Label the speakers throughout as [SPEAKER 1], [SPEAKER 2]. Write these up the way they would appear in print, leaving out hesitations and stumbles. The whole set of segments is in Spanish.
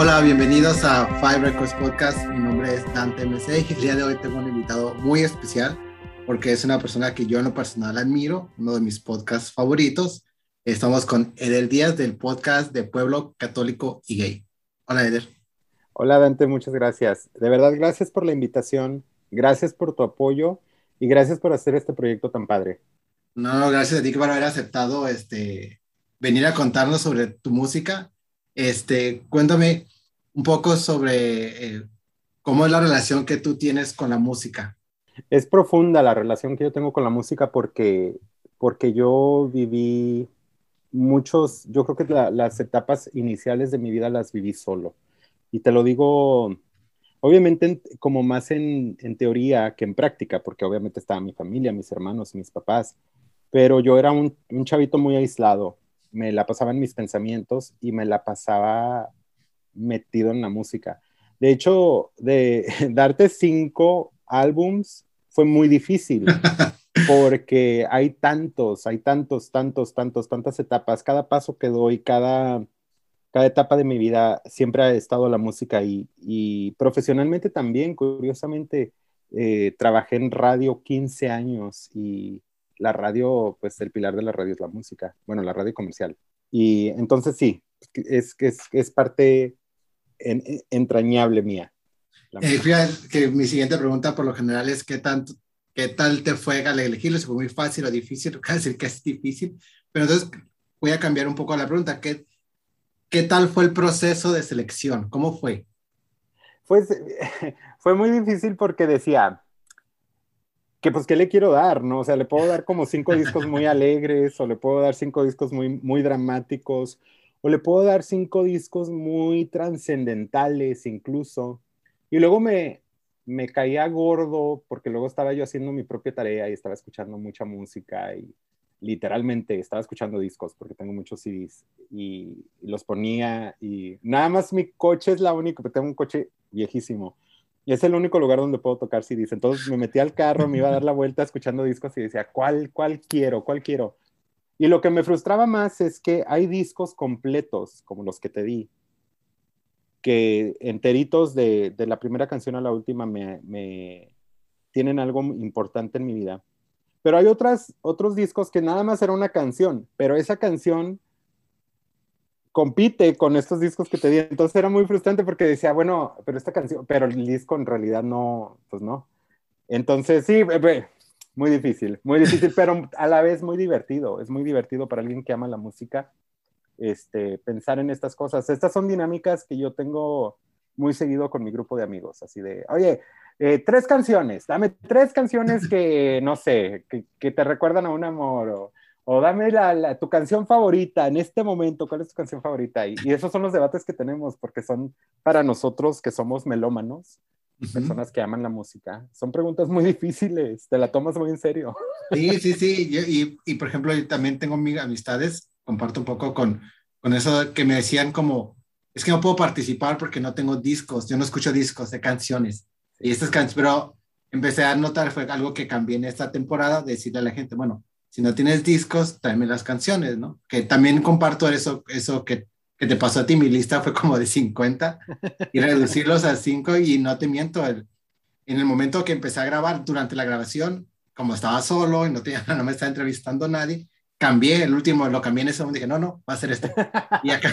[SPEAKER 1] Hola, bienvenidos a Five Records Podcast. Mi nombre es Dante MC y el día de hoy tengo un invitado muy especial porque es una persona que yo en lo personal admiro, uno de mis podcasts favoritos. Estamos con Eder Díaz del podcast de Pueblo Católico y Gay. Hola, Eder.
[SPEAKER 2] Hola Dante, muchas gracias. De verdad, gracias por la invitación, gracias por tu apoyo y gracias por hacer este proyecto tan padre.
[SPEAKER 1] No, gracias a ti por haber aceptado venir a contarnos sobre tu música. Cuéntame un poco sobre cómo es la relación que tú tienes con la música.
[SPEAKER 2] Es profunda la relación que yo tengo con la música porque yo viví yo creo que las etapas iniciales de mi vida las viví solo. Y te lo digo, obviamente, como más en teoría que en práctica, porque obviamente estaba mi familia, mis hermanos, mis papás, pero yo era un chavito muy aislado. Me la pasaba en mis pensamientos y me la pasaba metido en la música. De hecho, de darte 5 álbums fue muy difícil porque tantas etapas. Cada paso que doy, cada etapa de mi vida siempre ha estado la música y profesionalmente también, curiosamente, trabajé en radio 15 años y la radio, pues el pilar de la radio es la música, bueno, la radio comercial. Y entonces sí, es parte entrañable mía, la música.
[SPEAKER 1] Fíjate que mi siguiente pregunta por lo general es qué tal te fue al elegirlo, si fue muy fácil o difícil, voy a decir que es difícil, pero entonces voy a cambiar un poco la pregunta, ¿qué tal fue el proceso de selección? ¿Cómo fue?
[SPEAKER 2] Pues fue muy difícil porque decía que pues qué le quiero dar, ¿no? O sea, le puedo dar como 5 discos muy alegres, o le puedo dar 5 discos muy dramáticos, o le puedo dar 5 discos muy trascendentales incluso. Y luego me caía gordo porque luego estaba yo haciendo mi propia tarea y estaba escuchando mucha música y literalmente estaba escuchando discos porque tengo muchos CDs y los ponía y nada más mi coche es la única, porque tengo un coche viejísimo y es el único lugar donde puedo tocar CDs. Entonces me metí al carro, me iba a dar la vuelta escuchando discos y decía, ¿cuál quiero? ¿Cuál quiero? Y lo que me frustraba más es que hay discos completos, como los que te di, que enteritos de la primera canción a la última me tienen algo importante en mi vida. Pero hay otros discos que nada más era una canción, pero esa canción compite con estos discos que te di. Entonces era muy frustrante porque decía, bueno, pero esta canción, pero el disco en realidad no, pues no. Entonces sí, muy difícil, pero a la vez muy divertido. Es muy divertido para alguien que ama la música, pensar en estas cosas. Estas son dinámicas que yo tengo muy seguido con mi grupo de amigos, así de, oye, 3 canciones, dame 3 canciones que, no sé, que te recuerdan a un amor, o dame tu canción favorita en este momento, ¿cuál es tu canción favorita? Y esos son los debates que tenemos, porque son para nosotros que somos melómanos,
[SPEAKER 1] Ujú.
[SPEAKER 2] personas que aman la música, son preguntas muy difíciles, te la tomas muy en serio.
[SPEAKER 1] Sí, sí, sí. Por ejemplo, yo también tengo amistades, comparto un poco con eso que me decían como, es que no puedo participar porque no tengo discos, yo no escucho discos de canciones. Y
[SPEAKER 2] Sí.
[SPEAKER 1] estas canciones, pero empecé a notar, fue algo que cambié en esta temporada, decirle a la gente, bueno, si no tienes discos, tráeme las canciones, ¿no? Que también comparto eso que te pasó a ti, mi lista fue como de 50 y reducirlos a 5 y no te miento, en el momento que empecé a grabar, durante la grabación, como estaba solo y no me estaba entrevistando nadie, cambié el último, lo cambié en ese momento, dije, no, no, va a ser este. Y acá,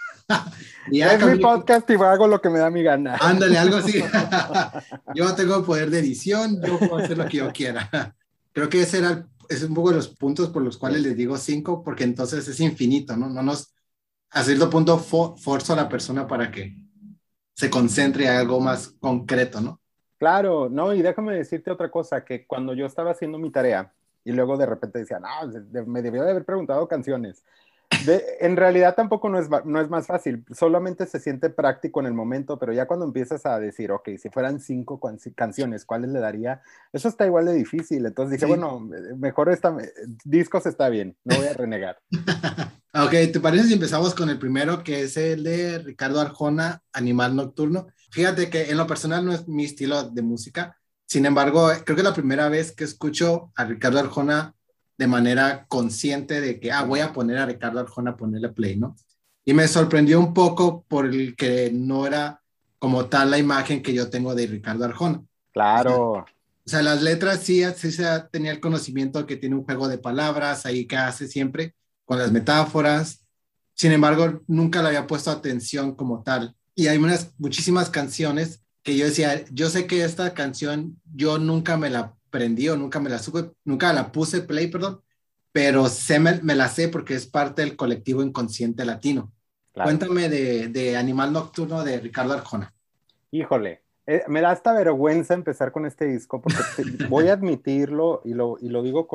[SPEAKER 1] y ya
[SPEAKER 2] Es mi
[SPEAKER 1] cambié,
[SPEAKER 2] podcast y hago lo que me da mi gana.
[SPEAKER 1] ándale, algo así. Yo tengo poder de edición, yo puedo hacer lo que yo quiera. Creo que es un poco los puntos por los cuales
[SPEAKER 2] Sí.
[SPEAKER 1] les digo 5, porque entonces es infinito, ¿no? No nos, a cierto punto, forzo a la persona para que se concentre en algo más concreto, ¿no?
[SPEAKER 2] Claro, no, y déjame decirte otra cosa, que cuando yo estaba haciendo mi tarea y luego de repente decía, no, me debió de haber preguntado canciones. En realidad tampoco no es más fácil, solamente se siente práctico en el momento, pero ya cuando empiezas a decir, ok, si fueran 5 canciones, ¿cuáles le daría? Eso está igual de difícil. Entonces dije,
[SPEAKER 1] Sí.
[SPEAKER 2] bueno, mejor discos está bien, no voy a renegar.
[SPEAKER 1] Ok, ¿te parece si empezamos con el primero, que es el de Ricardo Arjona, Animal Nocturno? Fíjate que en lo personal no es mi estilo de música, sin embargo, creo que es la primera vez que escucho a Ricardo Arjona de manera consciente de que, voy a poner a Ricardo Arjona a ponerle play, ¿no? Y me sorprendió un poco por el que no era como tal la imagen que yo tengo de Ricardo Arjona.
[SPEAKER 2] Claro.
[SPEAKER 1] O sea, las letras sí, tenía el conocimiento que tiene un juego de palabras ahí que hace siempre con las metáforas. Sin embargo, nunca le había puesto atención como tal. Y hay muchísimas canciones que yo decía, yo sé que esta canción yo nunca me la aprendí o nunca me la supe, nunca la puse play, perdón, pero me la sé porque es parte del colectivo inconsciente latino.
[SPEAKER 2] Claro.
[SPEAKER 1] Cuéntame de Animal Nocturno de Ricardo Arjona.
[SPEAKER 2] Híjole, me da hasta vergüenza empezar con este disco porque voy a admitirlo y lo digo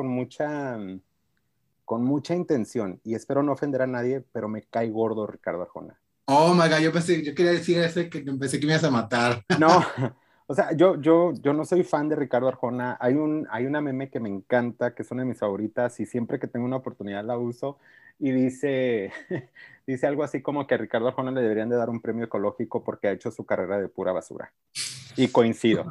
[SPEAKER 2] con mucha intención y espero no ofender a nadie, pero me cae gordo Ricardo Arjona.
[SPEAKER 1] Oh my God, yo quería decir ese que pensé que me ibas a matar.
[SPEAKER 2] No, o sea, yo no soy fan de Ricardo Arjona. Hay una meme que me encanta, que es una de mis favoritas y siempre que tengo una oportunidad la uso y dice, dice algo así como que a Ricardo Arjona le deberían de dar un premio ecológico porque ha hecho su carrera de pura basura. Y coincido.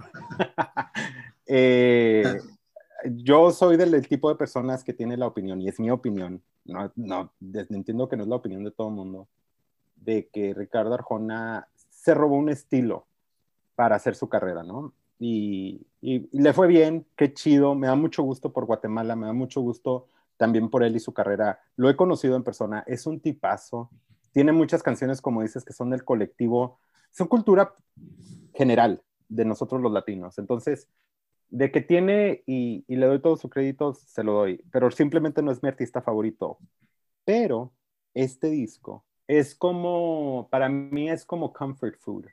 [SPEAKER 2] eh, yo soy del tipo de personas que tiene la opinión, y es mi opinión, entiendo que no es la opinión de todo el mundo, de que Ricardo Arjona se robó un estilo para hacer su carrera, ¿no? Y le fue bien, qué chido, me da mucho gusto por Guatemala, me da mucho gusto también por él y su carrera. Lo he conocido en persona, es un tipazo, tiene muchas canciones, como dices, que son del colectivo, son cultura general de nosotros los latinos. Entonces, de que tiene y le doy todo su crédito, se lo doy, pero simplemente no es mi artista favorito. Pero este disco es como, para mí es como comfort food.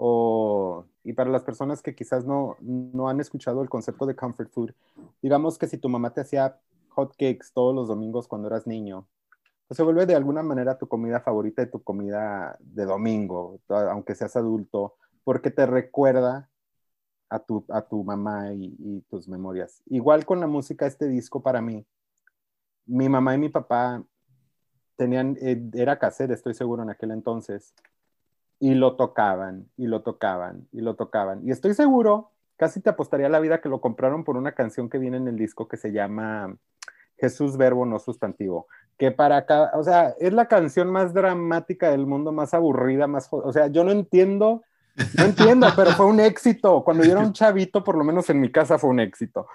[SPEAKER 2] Y para las personas que quizás no han escuchado el concepto de comfort food, digamos que si tu mamá te hacía hot cakes todos los domingos cuando eras niño, pues se vuelve de alguna manera tu comida favorita y tu comida de domingo, aunque seas adulto, porque te recuerda a tu mamá y tus memorias. Igual con la música, este disco para mí, mi mamá y mi papá tenían, era cassette, estoy seguro en aquel entonces, y lo tocaban, y lo tocaban, y lo tocaban. Y estoy seguro, casi te apostaría la vida que lo compraron por una canción que viene en el disco que se llama Jesús Verbo no sustantivo, que para acá, o sea, es la canción más dramática del mundo, más aburrida, o sea, yo no entiendo, no entiendo, pero fue un éxito. Cuando yo era un chavito, por lo menos en mi casa fue un éxito.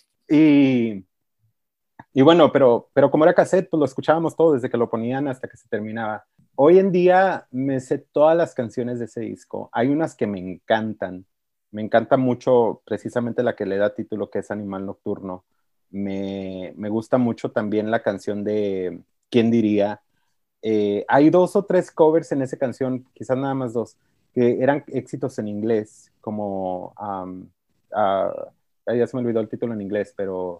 [SPEAKER 2] Y, y bueno, pero como era cassette, pues lo escuchábamos todo desde que lo ponían hasta que se terminaba. Hoy en día me sé todas las canciones de ese disco. Hay unas que me encantan. Me encanta mucho precisamente la que le da título, que es Animal Nocturno. Me gusta mucho también la canción de ¿Quién diría? Hay dos o tres covers en esa canción, quizás nada más dos, que eran éxitos en inglés, como ya se me olvidó el título en inglés, pero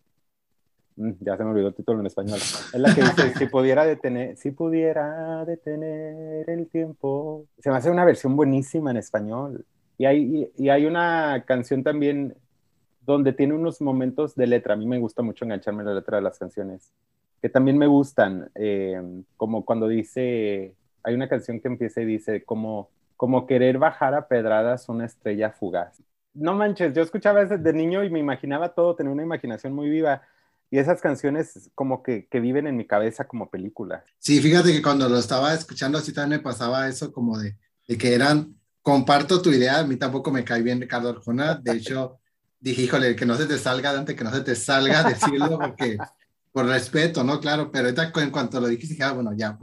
[SPEAKER 2] ya se me olvidó el título en español. Es la que dice, si pudiera detener el tiempo. Se me hace una versión buenísima en español. Y hay una canción también donde tiene unos momentos de letra. A mí me gusta mucho engancharme en la letra de las canciones, que también me gustan, como cuando dice, hay una canción que empieza y dice, como querer bajar a pedradas una estrella fugaz. No manches, yo escuchaba eso de niño y me imaginaba todo, tenía una imaginación muy viva. Y esas canciones como que viven en mi cabeza como películas.
[SPEAKER 1] Sí, fíjate que cuando lo estaba escuchando así también me pasaba eso como de que eran, comparto tu idea, a mí tampoco me cae bien Ricardo Arjona, de hecho dije, híjole, que no se te salga, Dante, que no se te salga decirlo porque por respeto, ¿no? Claro, pero ahorita en cuanto lo dijiste, dije, bueno, ya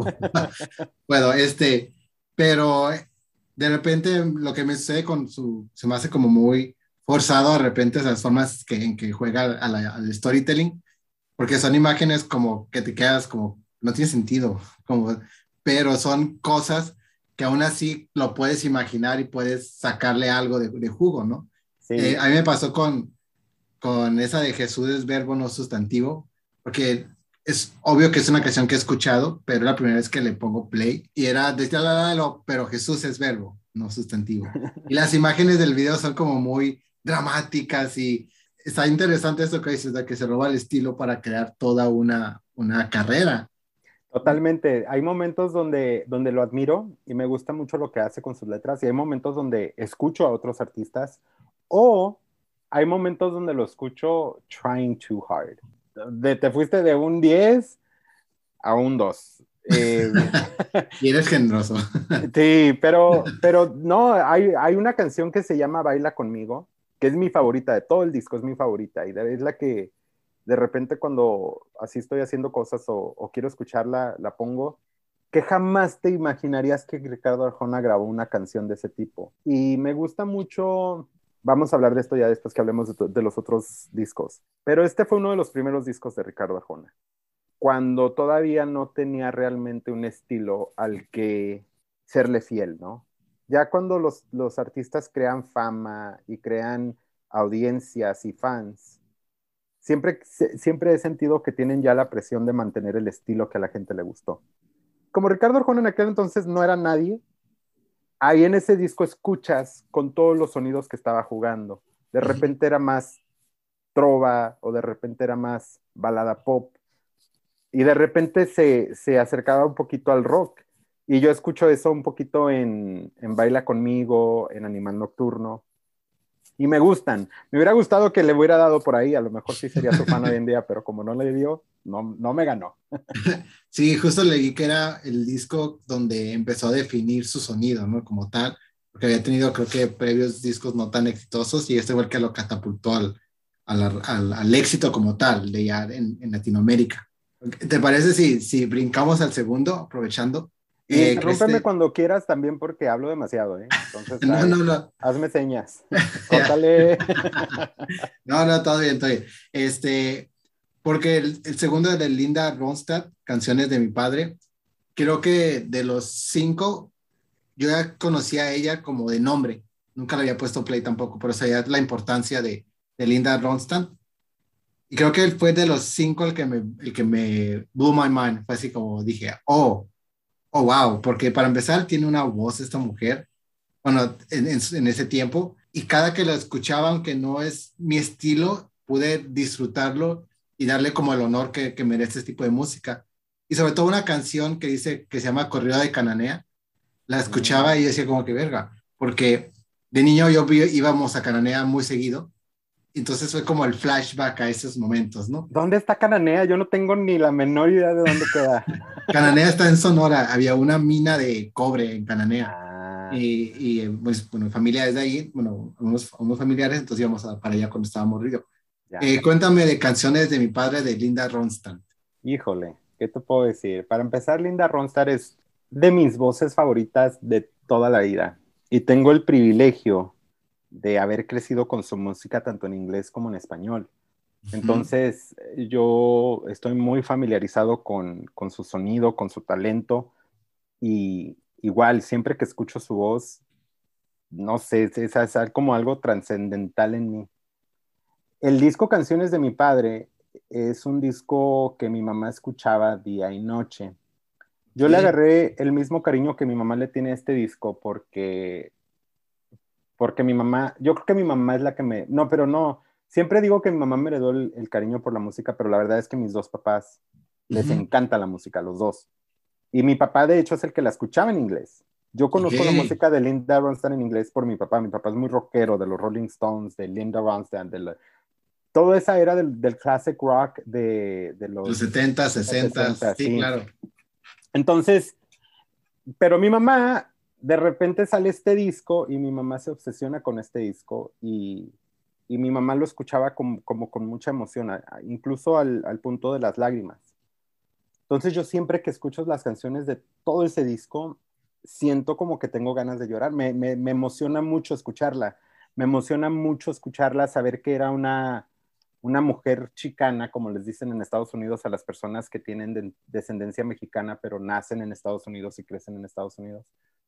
[SPEAKER 1] puedo, pero de repente lo que me sucede se me hace como muy forzado de repente esas formas en que juega al storytelling porque son imágenes como que te quedas como, no tiene sentido, como, pero son cosas que aún así lo puedes imaginar y puedes sacarle algo de jugo, ¿no?
[SPEAKER 2] Sí,
[SPEAKER 1] A mí me pasó con esa de Jesús es verbo no sustantivo, porque es obvio que es una canción que he escuchado, pero la primera vez que le pongo play y era desde pero Jesús es verbo, no sustantivo. Y las imágenes del video son como muy dramáticas y está interesante esto que dices, de que se roba el estilo para crear toda una carrera.
[SPEAKER 2] totalmente. Hay momentos donde lo admiro y me gusta mucho lo que hace con sus letras y hay momentos donde escucho a otros artistas o hay momentos donde lo escucho trying too hard. Te fuiste de un 10 a un 2. Eh,
[SPEAKER 1] Y eres generoso.
[SPEAKER 2] sí, pero no, hay una canción que se llama Baila conmigo, que es mi favorita de todo el disco, es mi favorita, y es la que de repente cuando así estoy haciendo cosas o quiero escucharla, la pongo, que jamás te imaginarías que Ricardo Arjona grabó una canción de ese tipo. Y me gusta mucho, vamos a hablar de esto ya después que hablemos de los otros discos, pero este fue uno de los primeros discos de Ricardo Arjona, cuando todavía no tenía realmente un estilo al que serle fiel, ¿no? Ya cuando los artistas crean fama y crean audiencias y fans, siempre he sentido que tienen ya la presión de mantener el estilo que a la gente le gustó. Como Ricardo Arjona en aquel entonces no era nadie, ahí en ese disco escuchas con todos los sonidos que estaba jugando. De repente era más trova o de repente era más balada pop y de repente se acercaba un poquito al rock. Y yo escucho eso un poquito en Baila Conmigo, en Animal Nocturno, y me gustan. Me hubiera gustado que le hubiera dado por ahí, a lo mejor sí sería su fan hoy en día, pero como no le dio, no me ganó.
[SPEAKER 1] Sí, justo leí que era el disco donde empezó a definir su sonido, ¿no? Como tal, porque había tenido, creo que, previos discos no tan exitosos y este fue el que lo catapultó al éxito como tal, de ya en Latinoamérica. ¿Te parece si brincamos al segundo, aprovechando?
[SPEAKER 2] Y
[SPEAKER 1] Que
[SPEAKER 2] interrúmpeme cuando quieras también porque hablo demasiado, ¿eh? Entonces,
[SPEAKER 1] no, no, no.
[SPEAKER 2] hazme señas. Córtale.
[SPEAKER 1] No, no, todo bien, todo bien. Porque el segundo de Linda Ronstadt, Canciones de mi padre, creo que de los cinco, yo ya conocía a ella como de nombre. Nunca le había puesto play tampoco, pero sabía la importancia de Linda Ronstadt. Y creo que él fue de los cinco el que me blew my mind. Fue así como dije, oh, wow, porque para empezar tiene una voz esta mujer, bueno, en ese tiempo, y cada que la escuchaba, aunque no es mi estilo, pude disfrutarlo y darle como el honor que merece este tipo de música. Y sobre todo una canción que dice que se llama Corrido de Cananea, la escuchaba y decía como que verga, porque de niño íbamos a Cananea muy seguido, entonces fue como el flashback a esos momentos, ¿no?
[SPEAKER 2] ¿Dónde está Cananea? Yo no tengo ni la menor idea de dónde queda.
[SPEAKER 1] Cananea está en Sonora, había una mina de cobre en Cananea.
[SPEAKER 2] Ah,
[SPEAKER 1] Pues, bueno, familia desde ahí, bueno, unos familiares, entonces íbamos para allá cuando estábamos río.
[SPEAKER 2] ya.
[SPEAKER 1] Cuéntame de canciones de mi padre, de Linda Ronstadt.
[SPEAKER 2] Híjole, ¿qué te puedo decir? Para empezar, Linda Ronstadt es de mis voces favoritas de toda la vida. Y tengo el privilegio de haber crecido con su música tanto en inglés como en español.
[SPEAKER 1] Ujú.
[SPEAKER 2] Entonces, yo estoy muy familiarizado con su sonido, con su talento. Y igual, siempre que escucho su voz, no sé, es como algo trascendental en mí. El disco Canciones de mi padre es un disco que mi mamá escuchaba día y noche. Yo le
[SPEAKER 1] Ok.
[SPEAKER 2] agarré el mismo cariño que mi mamá le tiene a este disco porque mi mamá, yo creo que mi mamá es la que no, pero no, siempre digo que mi mamá me heredó el cariño por la música, pero la verdad es que mis dos papás les
[SPEAKER 1] Ujú.
[SPEAKER 2] encanta la música, los dos. Y mi papá, de hecho, es el que la escuchaba en inglés. Yo
[SPEAKER 1] Ok.
[SPEAKER 2] conozco la música de Linda Ronstadt en inglés por mi papá. Mi papá es muy rockero, de los Rolling Stones, de Linda Ronstadt, toda esa era del classic rock de
[SPEAKER 1] Los
[SPEAKER 2] los
[SPEAKER 1] 70,
[SPEAKER 2] 60,
[SPEAKER 1] 60, sí,
[SPEAKER 2] sí.
[SPEAKER 1] claro.
[SPEAKER 2] Entonces, pero mi mamá, de repente sale este disco y mi mamá se obsesiona con este disco y mi mamá lo escuchaba como con mucha emoción, incluso al punto de las lágrimas. Entonces yo siempre que escucho las canciones de todo ese disco, siento como que tengo ganas de llorar. Me emociona mucho escucharla. Me emociona mucho escucharla, saber que era una mujer chicana, como les dicen en Estados Unidos a las personas que tienen descendencia mexicana, pero nacen en Estados Unidos y crecen en Estados Unidos.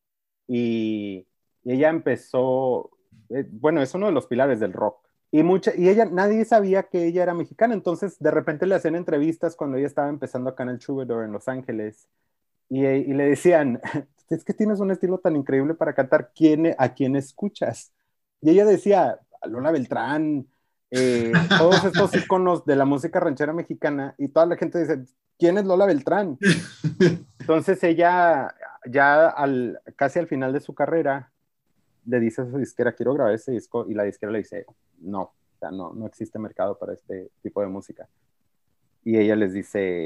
[SPEAKER 2] Y ella empezó, bueno, es uno de los pilares del rock. Y ella, nadie sabía que ella era mexicana, entonces de repente le hacían entrevistas cuando ella estaba empezando acá en el Troubadour en Los Ángeles y le decían, es que tienes un estilo tan increíble para cantar, ¿a quién escuchas? Y ella decía, a Lola Beltrán, todos estos íconos de la música ranchera mexicana, y toda la gente dice, ¿quién es Lola Beltrán? Entonces ella, ya casi al final de su carrera, le dice a su disquera, quiero grabar ese disco, y la disquera le dice, no, o sea, no existe mercado para este tipo de música. Y ella les dice,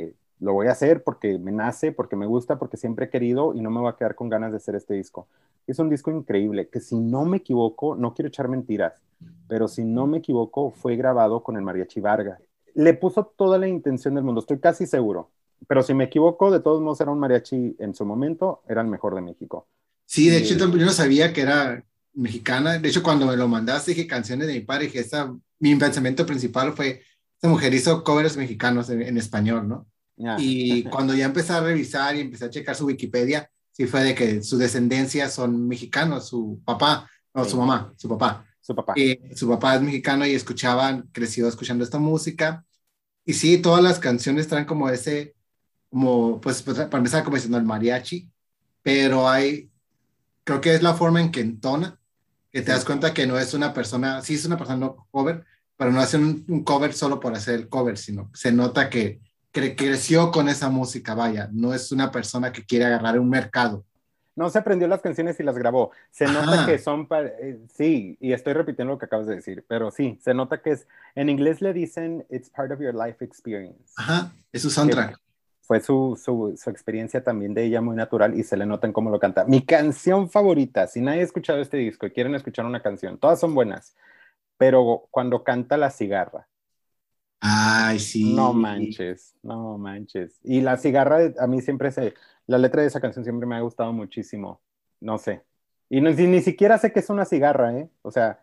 [SPEAKER 2] lo voy a hacer porque me nace, porque me gusta, porque siempre he querido y no me voy a quedar con ganas de hacer este disco. Es un disco increíble que si no me equivoco, no quiero echar mentiras, pero si no me equivoco, fue grabado con el Mariachi Vargas. Le puso toda la intención del mundo, estoy casi seguro. Pero si me equivoco, de todos modos era un mariachi en su momento, era el mejor de México.
[SPEAKER 1] Sí, de hecho,
[SPEAKER 2] Y
[SPEAKER 1] yo no sabía que era mexicana. De hecho, cuando me lo mandaste, dije canciones de mi padre, dije, mi pensamiento principal fue, esta mujer hizo covers mexicanos en español, ¿no?
[SPEAKER 2] ya,
[SPEAKER 1] Y cuando ya empecé a revisar y empecé a checar su Wikipedia, sí fue de que su descendencia son mexicanos, su papá, no, su
[SPEAKER 2] sí,
[SPEAKER 1] mamá, su papá.
[SPEAKER 2] su papá.
[SPEAKER 1] Su papá es mexicano y creció escuchando esta música. Y sí, todas las canciones traen como ese, pues para empezar, como diciendo el mariachi, pero creo que es la forma en que entona, que te das
[SPEAKER 2] Sí.
[SPEAKER 1] cuenta que no es una persona, sí es una persona no cover, pero no hace un cover solo por hacer el cover, sino se nota que creció con esa música, vaya, no es una persona que quiere agarrar un mercado.
[SPEAKER 2] No se aprendió las canciones y las grabó. Se nota que
[SPEAKER 1] Ajá,
[SPEAKER 2] son, sí, y estoy repitiendo lo que acabas de decir, pero sí, se nota que es, en inglés le dicen, it's part of your life experience,
[SPEAKER 1] ajá, es su
[SPEAKER 2] que
[SPEAKER 1] soundtrack.
[SPEAKER 2] fue su experiencia también de ella muy natural y se le nota en cómo lo canta. Mi canción favorita, si nadie ha escuchado este disco y quieren escuchar una canción, todas son buenas, pero cuando canta La Cigarra,
[SPEAKER 1] Ay,
[SPEAKER 2] no
[SPEAKER 1] sí.
[SPEAKER 2] manches, no manches. Y La Cigarra, a mí siempre la letra de esa canción siempre me ha gustado muchísimo, no sé. Y no, ni siquiera sé que es una cigarra, ¿eh? O sea,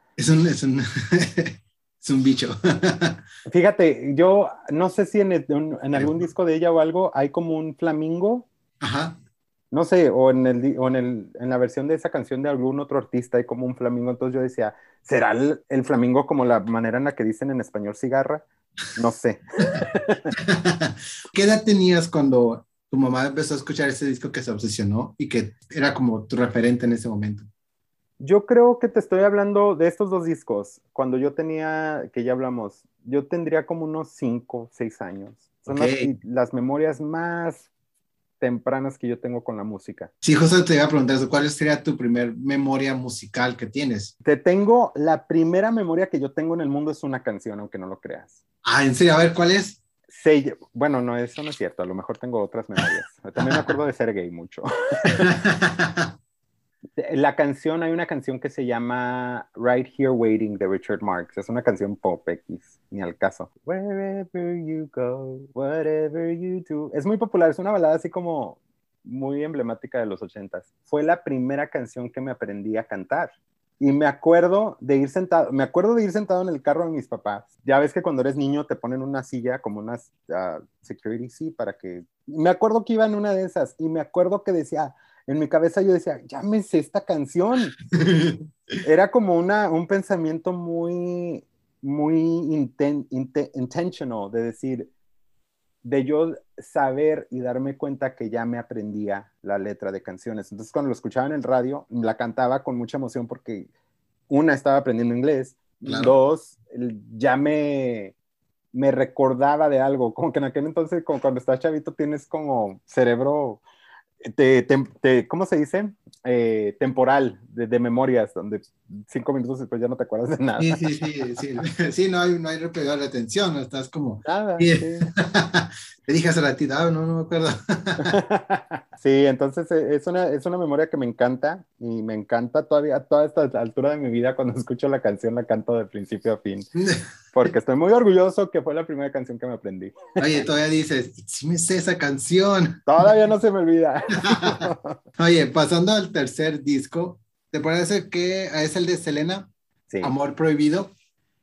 [SPEAKER 1] Es un bicho.
[SPEAKER 2] fíjate, yo no sé si en algún disco de ella o algo hay como un flamingo,
[SPEAKER 1] Ajá.
[SPEAKER 2] no sé, en la versión de esa canción de algún otro artista hay como un flamingo, entonces yo decía, ¿será el flamingo como la manera en la que dicen en español cigarra? No sé.
[SPEAKER 1] ¿Qué edad tenías cuando tu mamá empezó a escuchar ese disco que se obsesionó y que era como tu referente en ese momento?
[SPEAKER 2] Yo creo que te estoy hablando de estos dos discos, cuando yo tenía, que ya hablamos, yo tendría como unos 5, 6 años. Son
[SPEAKER 1] Ok.
[SPEAKER 2] las memorias más tempranas que yo tengo con la música.
[SPEAKER 1] Sí, justo te iba a preguntar eso. ¿Cuál sería tu primer memoria musical que tienes?
[SPEAKER 2] Te tengo, la primera memoria que yo tengo en el mundo es una canción, aunque no lo creas.
[SPEAKER 1] Ah, ¿en serio? A ver, ¿cuál es?
[SPEAKER 2] Bueno, no, eso no es cierto, a lo mejor tengo otras memorias. También me acuerdo de ser gay mucho. La canción, hay una canción que se llama Right Here Waiting de Richard Marx. Es una canción pop X, ni al caso. Wherever you go, whatever you do. Es muy popular, es una balada así como muy emblemática de los 80s. Fue la primera canción que me aprendí a cantar. Y me acuerdo de ir sentado en el carro de mis papás. Ya ves que cuando eres niño te ponen una silla como una security seat para que... Me acuerdo que iba en una de esas y me acuerdo que decía, en mi cabeza yo decía, ya me sé esta canción. Era como un pensamiento muy, muy intentional de decir, de yo saber y darme cuenta que ya me aprendía la letra de canciones. Entonces cuando lo escuchaba en el radio, la cantaba con mucha emoción porque una, estaba aprendiendo inglés,
[SPEAKER 1] Claro.
[SPEAKER 2] dos, ya me recordaba de algo, como que en aquel entonces, como cuando estás chavito, tienes como cerebro ¿cómo se dice? Temporal, de memorias, donde 5 minutos después ya no te acuerdas de nada.
[SPEAKER 1] Sí, sí, sí, sí. Sí, no hay repegado la atención, ¿no? Estás como...
[SPEAKER 2] Nada,
[SPEAKER 1] Sí.
[SPEAKER 2] sí.
[SPEAKER 1] Te dije hace ratito, no me acuerdo.
[SPEAKER 2] Sí, entonces es una memoria que me encanta y me encanta todavía a toda esta altura de mi vida cuando escucho la canción la canto de principio a fin, porque estoy muy orgulloso que fue la primera canción que me aprendí.
[SPEAKER 1] Oye, todavía dices, sí me sé esa canción.
[SPEAKER 2] Todavía no se me olvida.
[SPEAKER 1] Oye, pasando al tercer disco, ¿te parece que es el de Selena,
[SPEAKER 2] Sí,
[SPEAKER 1] Amor Prohibido?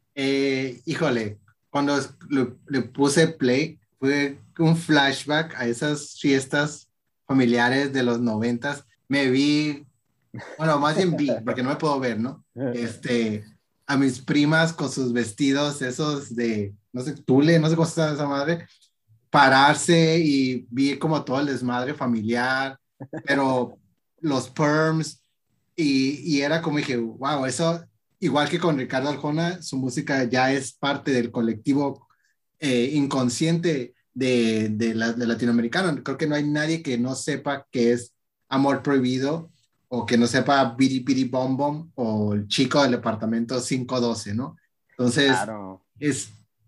[SPEAKER 1] Híjole, cuando le puse play, fue un flashback a esas fiestas familiares de los 90s. Me vi, bueno, más bien vi, porque no me puedo ver, ¿no? A mis primas con sus vestidos esos de, no sé, tule, no sé cómo se llama esa madre, pararse y vi como todo el desmadre familiar, pero los perms y era como dije, wow, eso, igual que con Ricardo Arjona, su música ya es parte del colectivo inconsciente de latinoamericano. Creo que no hay nadie que no sepa qué es Amor Prohibido o que no sepa Bidi Bidi Bom Bom o el chico del departamento 512, ¿no? Entonces,
[SPEAKER 2] claro.
[SPEAKER 1] es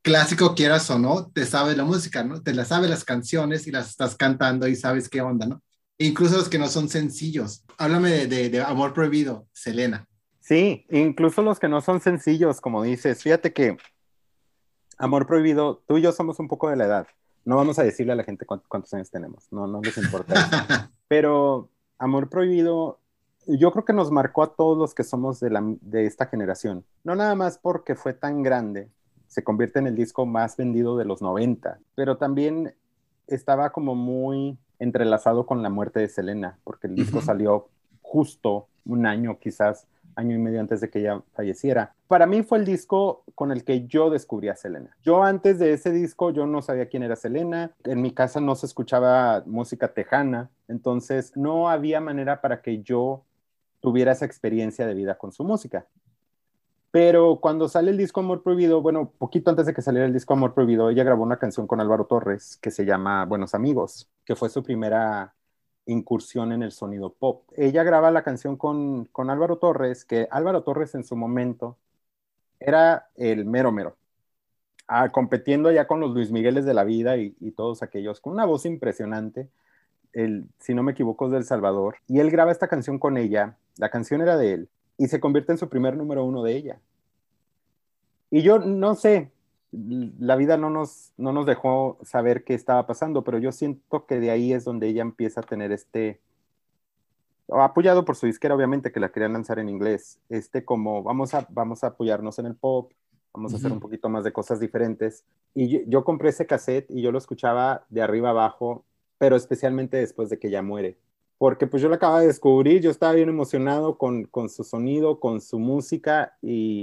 [SPEAKER 1] clásico quieras o no, te sabes la música, ¿no? Te la sabes las canciones y las estás cantando y sabes qué onda, ¿no? E incluso los que no son sencillos. Háblame de Amor Prohibido, Selena.
[SPEAKER 2] Sí, incluso los que no son sencillos, como dices. Fíjate que Amor Prohibido, tú y yo somos un poco de la edad. No vamos a decirle a la gente cuántos años tenemos, no, no les importa eso. Pero Amor Prohibido, yo creo que nos marcó a todos los que somos de esta generación. No nada más porque fue tan grande, se convierte en el disco más vendido de los 90, pero también estaba como muy entrelazado con la muerte de Selena, porque el disco salió justo un año, quizás año y medio antes de que ella falleciera. Para mí fue el disco con el que yo descubrí a Selena. Yo antes de ese disco, yo no sabía quién era Selena. En mi casa no se escuchaba música tejana, entonces no había manera para que yo tuviera esa experiencia de vida con su música. Pero cuando sale el disco Amor Prohibido, bueno, poquito antes de que saliera el disco Amor Prohibido, ella grabó una canción con Álvaro Torres que se llama Buenos Amigos, que fue su primera incursión en el sonido pop. Ella graba la canción con Álvaro Torres, que Álvaro Torres en su momento era el mero mero, compitiendo ya con los Luis Migueles de la vida y todos aquellos, con una voz impresionante. Si no me equivoco, es del Salvador. Y él graba esta canción con ella, la canción era de él, y se convierte en su primer número uno de ella. Y yo no sé, la vida no nos dejó saber qué estaba pasando, pero yo siento que de ahí es donde ella empieza a tener apoyado por su disquera, obviamente, que la querían lanzar en inglés, como vamos a apoyarnos en el pop, vamos a hacer un poquito más de cosas diferentes. Y yo compré ese cassette y yo lo escuchaba de arriba abajo, pero especialmente después de que ella muere. Porque pues yo la acababa de descubrir, yo estaba bien emocionado con su sonido, con su música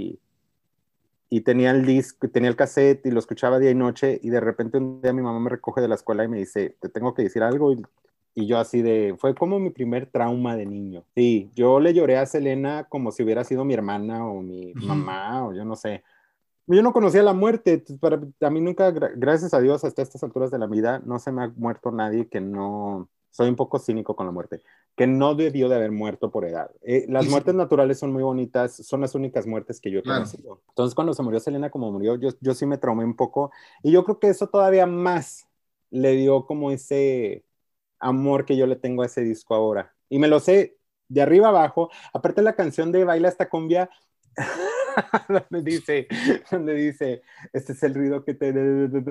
[SPEAKER 2] y tenía el disco, tenía el cassette y lo escuchaba día y noche y de repente un día mi mamá me recoge de la escuela y me dice, te tengo que decir algo y yo así fue como mi primer trauma de niño. Sí, yo le lloré a Selena como si hubiera sido mi hermana o mi mamá o yo no sé. Yo no conocía la muerte, a mí nunca, gracias a Dios, hasta estas alturas de la vida, no se me ha muerto nadie que no, soy un poco cínico con la muerte, que no debió de haber muerto por edad. Las
[SPEAKER 1] Sí,
[SPEAKER 2] muertes
[SPEAKER 1] sí,
[SPEAKER 2] naturales son muy bonitas, son las únicas muertes que yo he
[SPEAKER 1] claro.
[SPEAKER 2] conocido. Entonces, cuando se murió Selena, como murió, yo sí me traumé un poco, y yo creo que eso todavía más le dio como ese amor que yo le tengo a ese disco ahora. Y me lo sé de arriba abajo, aparte la canción de Baila esta cumbia, donde dice, este es el ruido que te...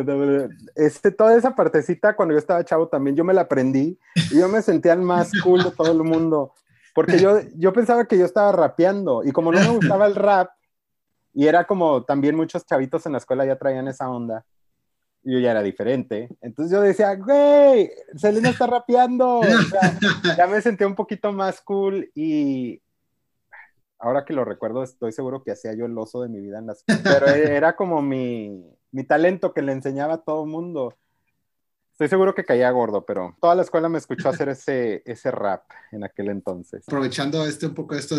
[SPEAKER 2] toda esa partecita, cuando yo estaba chavo también, yo me la aprendí y yo me sentía el más cool de todo el mundo, porque yo pensaba que yo estaba rapeando y como no me gustaba el rap, y era como también muchos chavitos en la escuela ya traían esa onda, yo ya era diferente, entonces yo decía, güey, Selena está rapeando, o sea, ya me sentía un poquito más cool y ahora que lo recuerdo, estoy seguro que hacía yo el oso de mi vida en las... Pero era como mi talento que le enseñaba a todo el mundo. Estoy seguro que caía gordo, pero toda la escuela me escuchó hacer ese rap en aquel entonces.
[SPEAKER 1] Aprovechando un poco esto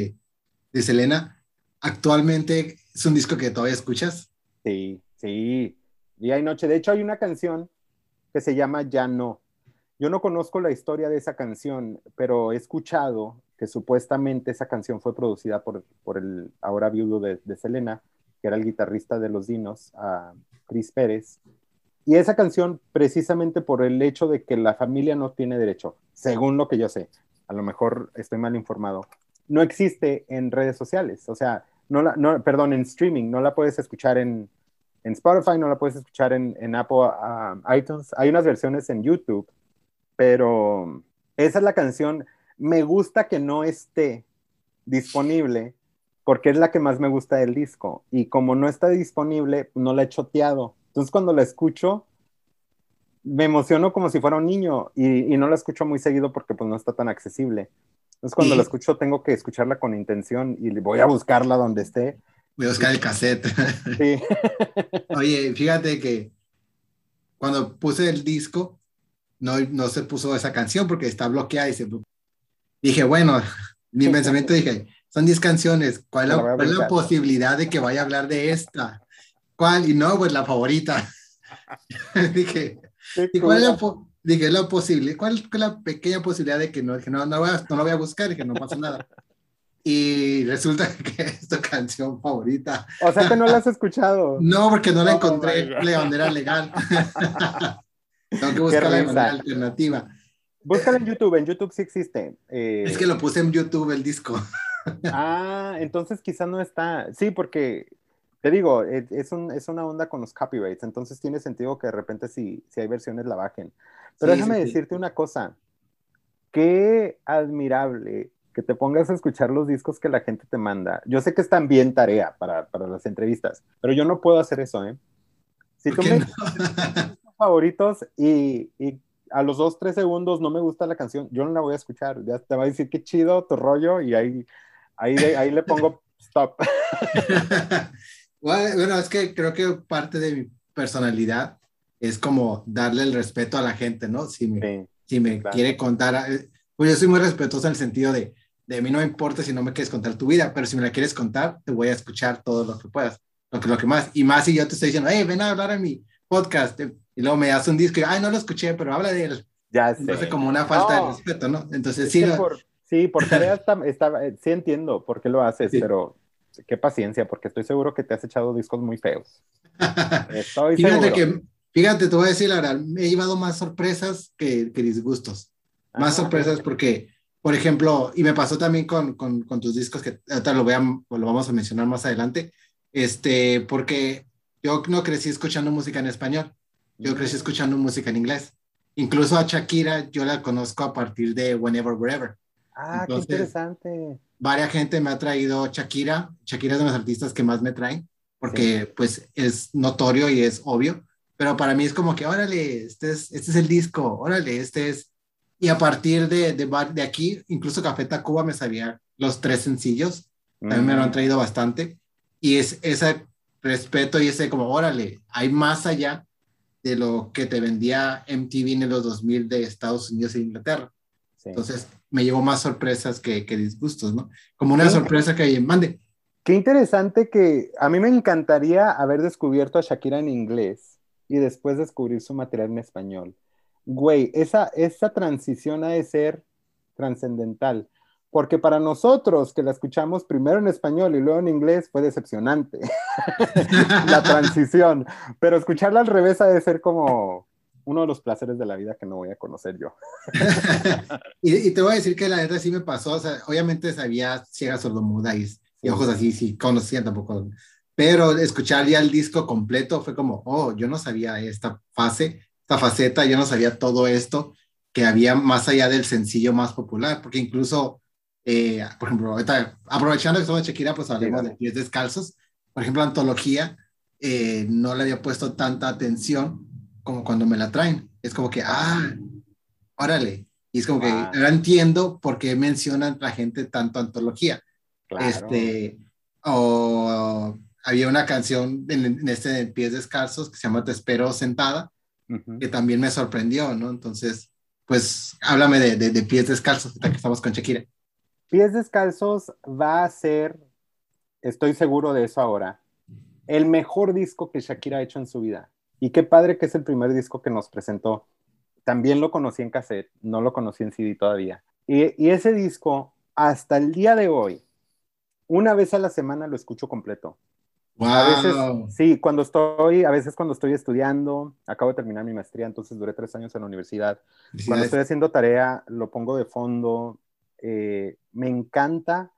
[SPEAKER 1] de Selena, actualmente es un disco que todavía escuchas.
[SPEAKER 2] Sí, sí. Día y noche. De hecho, hay una canción que se llama Ya no. Yo no conozco la historia de esa canción, pero he escuchado que supuestamente esa canción fue producida por el ahora viudo de Selena, que era el guitarrista de Los Dinos, Chris Pérez. Y esa canción, precisamente por el hecho de que la familia no tiene derecho, según lo que yo sé, a lo mejor estoy mal informado, no existe en redes sociales. O sea, perdón, en streaming, no la puedes escuchar en Spotify, no la puedes escuchar en Apple iTunes. Hay unas versiones en YouTube, pero esa es la canción. Me gusta que no esté disponible porque es la que más me gusta del disco. Y como no está disponible, no la he choteado. Entonces cuando la escucho, me emociono como si fuera un niño y no la escucho muy seguido porque pues no está tan accesible. Entonces cuando la
[SPEAKER 1] Y
[SPEAKER 2] escucho tengo que escucharla con intención y voy a buscarla donde esté.
[SPEAKER 1] voy a buscar el cassette.
[SPEAKER 2] Sí.
[SPEAKER 1] Oye, fíjate que cuando puse el disco, no se puso esa canción porque está bloqueada. Dije, bueno, mi pensamiento dije, son 10 canciones,
[SPEAKER 2] Me la voy a
[SPEAKER 1] cuál es la
[SPEAKER 2] brincar.
[SPEAKER 1] posibilidad de que vaya a hablar de esta? ¿Cuál? Y no, pues la favorita. Dije,
[SPEAKER 2] Qué
[SPEAKER 1] ¿y cuál es
[SPEAKER 2] cura.
[SPEAKER 1] dije, la posible? ¿Cuál es la pequeña posibilidad de que no, no, no, no lo voy a buscar y que no pasa nada? y resulta que es tu canción favorita.
[SPEAKER 2] O sea que no la has escuchado.
[SPEAKER 1] No, porque no la
[SPEAKER 2] Oh my
[SPEAKER 1] encontré de
[SPEAKER 2] God.
[SPEAKER 1] manera legal. Tengo que
[SPEAKER 2] Qué
[SPEAKER 1] buscarla de manera
[SPEAKER 2] risa.
[SPEAKER 1] alternativa.
[SPEAKER 2] Búscala en YouTube sí existe.
[SPEAKER 1] Es que lo puse en YouTube el disco.
[SPEAKER 2] Entonces quizá no está. Sí, porque te digo, es una onda con los copyrights, entonces tiene sentido que de repente si hay versiones la bajen. Pero
[SPEAKER 1] Sí, sí,
[SPEAKER 2] déjame
[SPEAKER 1] sí.
[SPEAKER 2] decirte una cosa, qué admirable que te pongas a escuchar los discos que la gente te manda. Yo sé que es también tarea para las entrevistas, pero yo no puedo hacer eso, ¿eh? Si
[SPEAKER 1] ¿Por
[SPEAKER 2] tú
[SPEAKER 1] qué
[SPEAKER 2] me
[SPEAKER 1] no?
[SPEAKER 2] dices, estos son mis discos favoritos y a los 2, 3 segundos no me gusta la canción, yo no la voy a escuchar. Ya te va a decir qué chido tu rollo y ahí le pongo stop.
[SPEAKER 1] Bueno, es que creo que parte de mi personalidad es como darle el respeto a la gente, ¿no?
[SPEAKER 2] Sí,
[SPEAKER 1] Si me
[SPEAKER 2] claro.
[SPEAKER 1] quiere contar, pues yo soy muy respetuoso en el sentido de a mí no me importa si no me quieres contar tu vida, pero si me la quieres contar, te voy a escuchar todo lo que puedas, lo que más. Y más si yo te estoy diciendo, hey, ven a hablar a mi podcast, y luego me das un disco y, ay, no lo escuché, pero habla de él.
[SPEAKER 2] Ya
[SPEAKER 1] Me hace
[SPEAKER 2] sé.
[SPEAKER 1] como una falta de
[SPEAKER 2] No,
[SPEAKER 1] respeto, ¿no? Entonces,
[SPEAKER 2] es
[SPEAKER 1] sí,
[SPEAKER 2] que por tarea sí entiendo por qué lo haces,
[SPEAKER 1] sí.
[SPEAKER 2] pero qué paciencia, porque estoy seguro que te has echado discos muy feos. Estoy
[SPEAKER 1] Fíjate
[SPEAKER 2] seguro.
[SPEAKER 1] que, fíjate, te voy a decir la verdad, me he llevado más sorpresas que disgustos. Más sorpresas
[SPEAKER 2] Fíjate.
[SPEAKER 1] porque, por ejemplo, y me pasó también con tus discos, que ahorita lo vamos a mencionar más adelante, porque yo no crecí escuchando música en español, yo crecí
[SPEAKER 2] Mm.
[SPEAKER 1] escuchando música en inglés. Incluso a Shakira yo la conozco a partir de Whenever, Wherever.
[SPEAKER 2] Qué
[SPEAKER 1] Entonces,
[SPEAKER 2] interesante.
[SPEAKER 1] varias gente me ha traído Shakira. Shakira es de los artistas que más me traen,
[SPEAKER 2] Sí.
[SPEAKER 1] porque pues es notorio y es obvio, pero para mí es como que, órale, este es el disco, órale, este es... Y a partir de aquí, incluso Café Tacuba me sabía los 3 sencillos, también me lo han
[SPEAKER 2] Mm,
[SPEAKER 1] traído bastante, y es ese respeto y ese como, órale, hay más allá de lo que te vendía MTV en los 2000 de Estados Unidos e Inglaterra.
[SPEAKER 2] sí.
[SPEAKER 1] Entonces, me llevó más sorpresas que disgustos, ¿no? Como
[SPEAKER 2] Qué,
[SPEAKER 1] una
[SPEAKER 2] in-
[SPEAKER 1] sorpresa que mande.
[SPEAKER 2] qué interesante que a mí me encantaría haber descubierto a Shakira en inglés y después descubrir su material en español. Güey, esa transición ha de ser trascendental, porque para nosotros que la escuchamos primero en español y luego en inglés fue decepcionante la transición, pero escucharla al revés ha de ser como uno de los placeres de la vida que no voy a conocer yo.
[SPEAKER 1] Y te voy a decir que la neta sí me pasó, o sea, obviamente sabía ciega sordomuda y ojos
[SPEAKER 2] Sí.
[SPEAKER 1] así, sí, conocía tampoco, pero escuchar ya el disco completo fue como, oh, yo no sabía esta faceta, yo no sabía todo esto que había más allá del sencillo más popular, porque incluso, por ejemplo, ahorita, aprovechando que estamos de Shakira, pues
[SPEAKER 2] Sí,
[SPEAKER 1] hablemos de
[SPEAKER 2] dale.
[SPEAKER 1] Pies Descalzos, por ejemplo, Antología, no le había puesto tanta atención como cuando me la traen, es como que,
[SPEAKER 2] Wow,
[SPEAKER 1] órale. Y es como que
[SPEAKER 2] wow,
[SPEAKER 1] ahora entiendo por qué mencionan la gente tanto antología.
[SPEAKER 2] claro.
[SPEAKER 1] Este, o había una canción en este de Pies Descalzos que se llama Te espero sentada,
[SPEAKER 2] Ujú.
[SPEAKER 1] que también me sorprendió, ¿no? Entonces, pues háblame de Pies Descalzos, ahorita que estamos con Shakira.
[SPEAKER 2] Pies Descalzos va a ser, estoy seguro de eso ahora, el mejor disco que Shakira ha hecho en su vida. Y qué padre que es el primer disco que nos presentó. También lo conocí en cassette, no lo conocí en CD todavía. Y ese disco, hasta el día de hoy, una vez a la semana lo escucho completo. A veces,
[SPEAKER 1] ¡Wow!
[SPEAKER 2] sí, a veces cuando estoy estudiando, acabo de terminar mi maestría, entonces duré 3 años en la universidad. Cuando estoy
[SPEAKER 1] Felicidades.
[SPEAKER 2] haciendo tarea, lo pongo de fondo. Me encanta.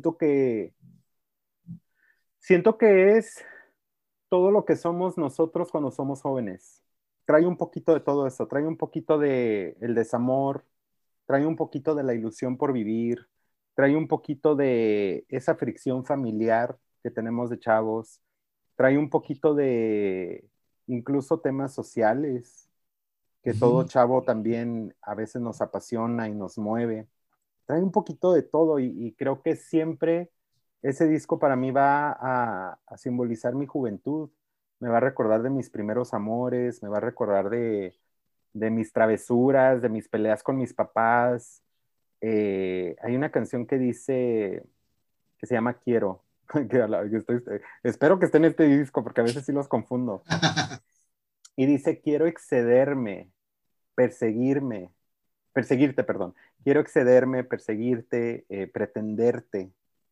[SPEAKER 2] Siento que es todo lo que somos nosotros cuando somos jóvenes. Trae un poquito de todo eso, trae un poquito de el desamor, trae un poquito de la ilusión por vivir, trae un poquito de esa fricción familiar que tenemos de chavos, trae un poquito de incluso temas sociales que todo
[SPEAKER 1] Ujú.
[SPEAKER 2] chavo también a veces nos apasiona y nos mueve. Trae un poquito de todo y creo que siempre ese disco para mí va a simbolizar mi juventud, me va a recordar de mis primeros amores, me va a recordar de mis travesuras, de mis peleas con mis papás. Hay una canción que dice, que se llama Quiero, espero que esté en este disco porque a veces sí los confundo. Y dice, quiero excederme, perseguirte, perdón. Quiero excederme, perseguirte, pretenderte.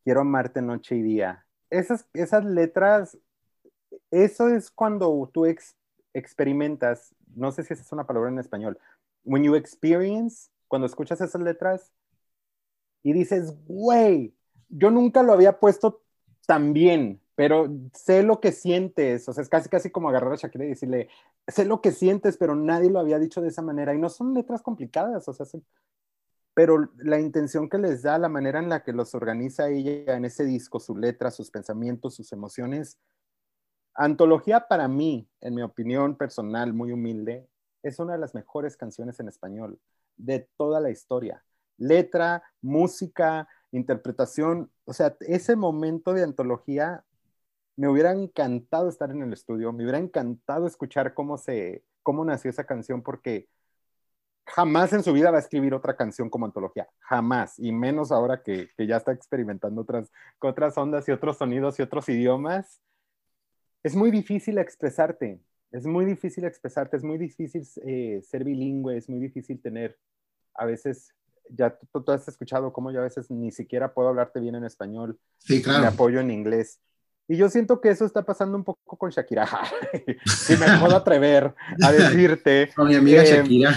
[SPEAKER 2] quiero amarte noche y día. Esas letras, eso es cuando tú experimentas, no sé si esa es una palabra en español, when you experience, cuando escuchas esas letras y dices, güey, yo nunca lo había puesto tan bien, pero sé lo que sientes, o sea, es casi casi como agarrar a Shakira y decirle, sé lo que sientes, pero nadie lo había dicho de esa manera, y no son letras complicadas, o sea, pero la intención que les da, la manera en la que los organiza ella en ese disco, su letra, sus pensamientos, sus emociones. Antología para mí, en mi opinión personal, muy humilde, es una de las mejores canciones en español de toda la historia. Letra, música, interpretación, o sea, ese momento de antología me hubiera encantado estar en el estudio, me hubiera encantado escuchar cómo nació esa canción porque jamás en su vida va a escribir otra canción como antología, jamás, y menos ahora que ya está experimentando otras ondas y otros sonidos y otros idiomas. Es muy difícil expresarte, es muy difícil expresarte, es muy difícil ser bilingüe, es muy difícil tener, a veces, ya tú has escuchado cómo yo a veces ni siquiera puedo hablarte bien en español,
[SPEAKER 1] Sí,
[SPEAKER 2] me
[SPEAKER 1] claro.
[SPEAKER 2] apoyo en inglés. Y yo siento que eso está pasando un poco con Shakira. Si me puedo atrever a decirte
[SPEAKER 1] Con mi amiga
[SPEAKER 2] que,
[SPEAKER 1] Shakira.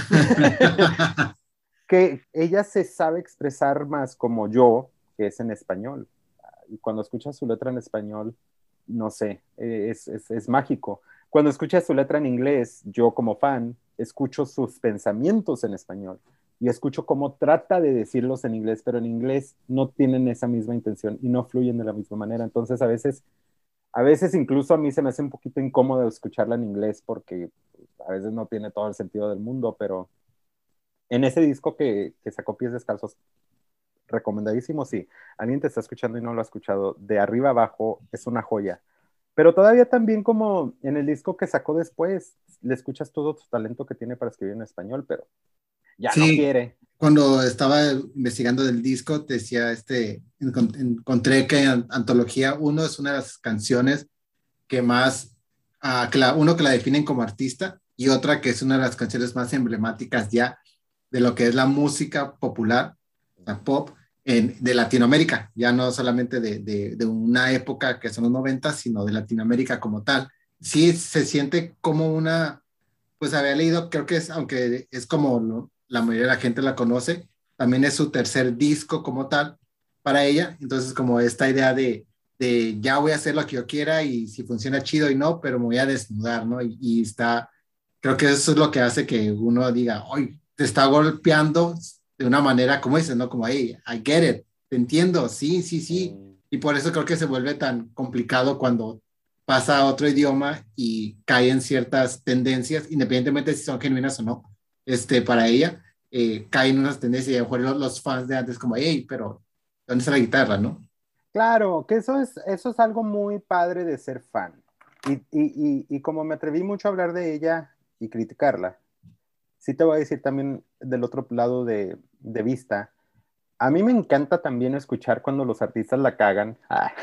[SPEAKER 2] que ella se sabe expresar más como yo, que es en español. Y cuando escuchas su letra en español, no sé, es mágico. Cuando escuchas su letra en inglés, yo como fan, escucho sus pensamientos en español y escucho cómo trata de decirlos en inglés, pero en inglés no tienen esa misma intención y no fluyen de la misma manera. Entonces, a veces incluso a mí se me hace un poquito incómodo escucharla en inglés porque a veces no tiene todo el sentido del mundo, pero en ese disco que sacó Pies Descalzos, recomendadísimo, sí. Alguien te está escuchando y no lo ha escuchado, de arriba abajo es una joya. Pero todavía también como en el disco que sacó después, le escuchas todo tu talento que tiene para escribir en español, pero ya no
[SPEAKER 1] Sí,
[SPEAKER 2] quiere.
[SPEAKER 1] cuando estaba investigando del disco, decía encontré que Antología uno es una de las canciones que más, uno que la definen como artista y otra que es una de las canciones más emblemáticas ya de lo que es la música popular, la pop, de Latinoamérica, ya no solamente de una época que son los 90, sino de Latinoamérica como tal. Sí se siente como una, pues había leído, creo que es, aunque es como la mayoría de la gente la conoce, también es su tercer disco como tal para ella, entonces como esta idea de ya voy a hacer lo que yo quiera y si funciona chido y no, pero me voy a desnudar, ¿no? Y está, creo que eso es lo que hace que uno diga, hoy te está golpeando de una manera, como dices, ¿no? Como, hey, I get it, te entiendo, sí, sí, sí. Y por eso creo que se vuelve tan complicado cuando pasa a otro idioma y cae en ciertas tendencias, independientemente si son genuinas o no, para ella, caen en unas tendencias y a lo mejor los fans de antes como, hey, pero ¿dónde está la guitarra, no?
[SPEAKER 2] Claro, que eso es algo muy padre de ser fan. Y como me atreví mucho a hablar de ella y criticarla, sí te voy a decir también del otro lado de vista. A mí me encanta también escuchar cuando los artistas la cagan.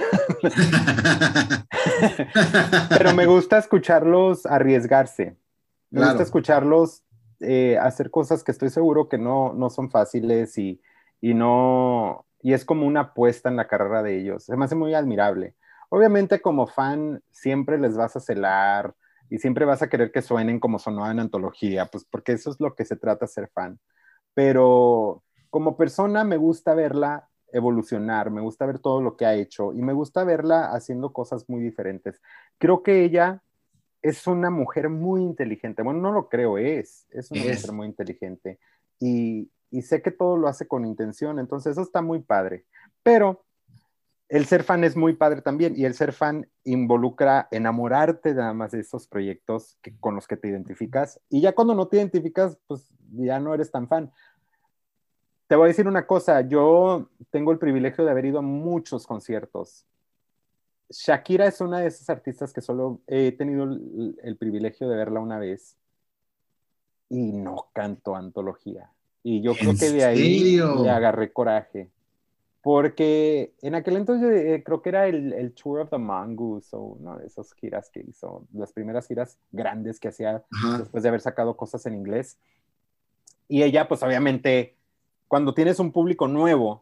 [SPEAKER 2] Pero me gusta escucharlos arriesgarse. Me gusta
[SPEAKER 1] Claro,
[SPEAKER 2] escucharlos hacer cosas que estoy seguro que no son fáciles y no, y es como una apuesta en la carrera de ellos. Se me hace muy admirable. Obviamente como fan siempre les vas a celar y siempre vas a querer que suenen como sonó en antología, pues porque eso es lo que se trata ser fan. Pero como persona me gusta verla evolucionar, me gusta ver todo lo que ha hecho y me gusta verla haciendo cosas muy diferentes. Creo que ella es una mujer muy inteligente. Bueno, no lo creo, es una mujer
[SPEAKER 1] es,
[SPEAKER 2] muy inteligente y sé que todo lo hace con intención, entonces eso está muy padre. Pero el ser fan es muy padre también y el ser fan involucra enamorarte nada más de esos proyectos con los que te identificas y ya cuando no te identificas, pues ya no eres tan fan. Te voy a decir una cosa, yo tengo el privilegio de haber ido a muchos conciertos. Shakira es una de esas artistas que solo he tenido el privilegio de verla una vez y no canto antología. Y yo
[SPEAKER 1] ¿en
[SPEAKER 2] creo que de ahí le
[SPEAKER 1] serio?
[SPEAKER 2] agarré coraje. Porque en aquel entonces creo que era el Tour of the Mongoose o una de esas giras que hizo, las primeras giras grandes que hacía
[SPEAKER 1] Ajá,
[SPEAKER 2] después de haber sacado cosas en inglés. Y ella, pues obviamente, cuando tienes un público nuevo,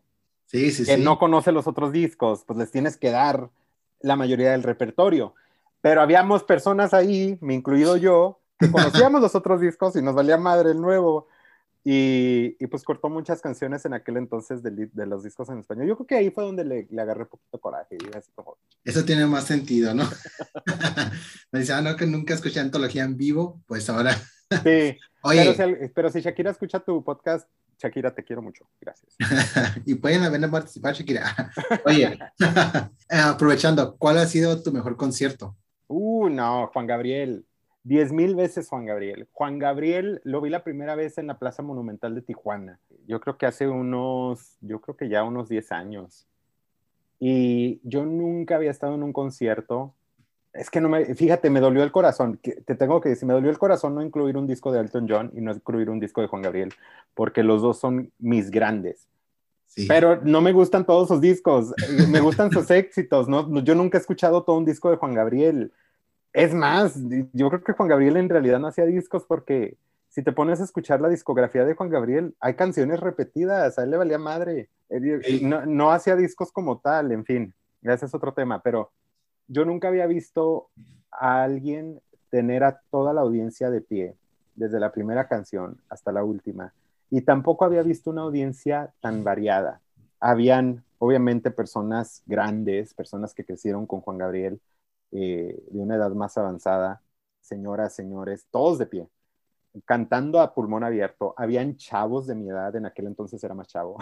[SPEAKER 1] Sí, sí,
[SPEAKER 2] que no
[SPEAKER 1] sí.
[SPEAKER 2] conoce los otros discos, pues les tienes que dar la mayoría del repertorio. Pero habíamos personas ahí, me incluido yo, que conocíamos los otros discos y nos valía madre el nuevo. Y pues cortó muchas canciones en aquel entonces de los discos en español. Yo creo que ahí fue donde le agarré poquito coraje. Y así como,
[SPEAKER 1] Eso tiene más sentido, ¿no? Me dice, no, que nunca escuché antología en vivo, pues ahora.
[SPEAKER 2] sí,
[SPEAKER 1] Oye,
[SPEAKER 2] pero si Shakira escucha tu podcast, Shakira, te quiero mucho. Gracias.
[SPEAKER 1] y pueden venir a participar, Shakira. Oye, aprovechando, ¿cuál ha sido tu mejor concierto?
[SPEAKER 2] No, Juan Gabriel. 10,000 veces Juan Gabriel. Juan Gabriel lo vi la primera vez en la Plaza Monumental de Tijuana. Yo creo que yo creo que ya unos 10 años. Y yo nunca había estado en un concierto. Es que fíjate, me dolió el corazón. Te tengo que decir, me dolió el corazón no incluir un disco de Elton John y no incluir un disco de Juan Gabriel, porque los dos son mis grandes.
[SPEAKER 1] Sí,
[SPEAKER 2] Pero no me gustan todos sus discos, me gustan sus éxitos, ¿no? Yo nunca he escuchado todo un disco de Juan Gabriel. Es más, yo creo que Juan Gabriel en realidad no hacía discos porque si te pones a escuchar la discografía de Juan Gabriel, hay canciones repetidas, a él le valía madre.
[SPEAKER 1] sí,
[SPEAKER 2] No hacía discos como tal, en fin, ese es otro tema, pero yo nunca había visto a alguien tener a toda la audiencia de pie, desde la primera canción hasta la última. Y tampoco había visto una audiencia tan variada. Habían, obviamente, personas grandes, personas que crecieron con Juan Gabriel, de una edad más avanzada, señoras, señores, todos de pie, cantando a pulmón abierto. Habían chavos de mi edad, en aquel entonces era más chavo,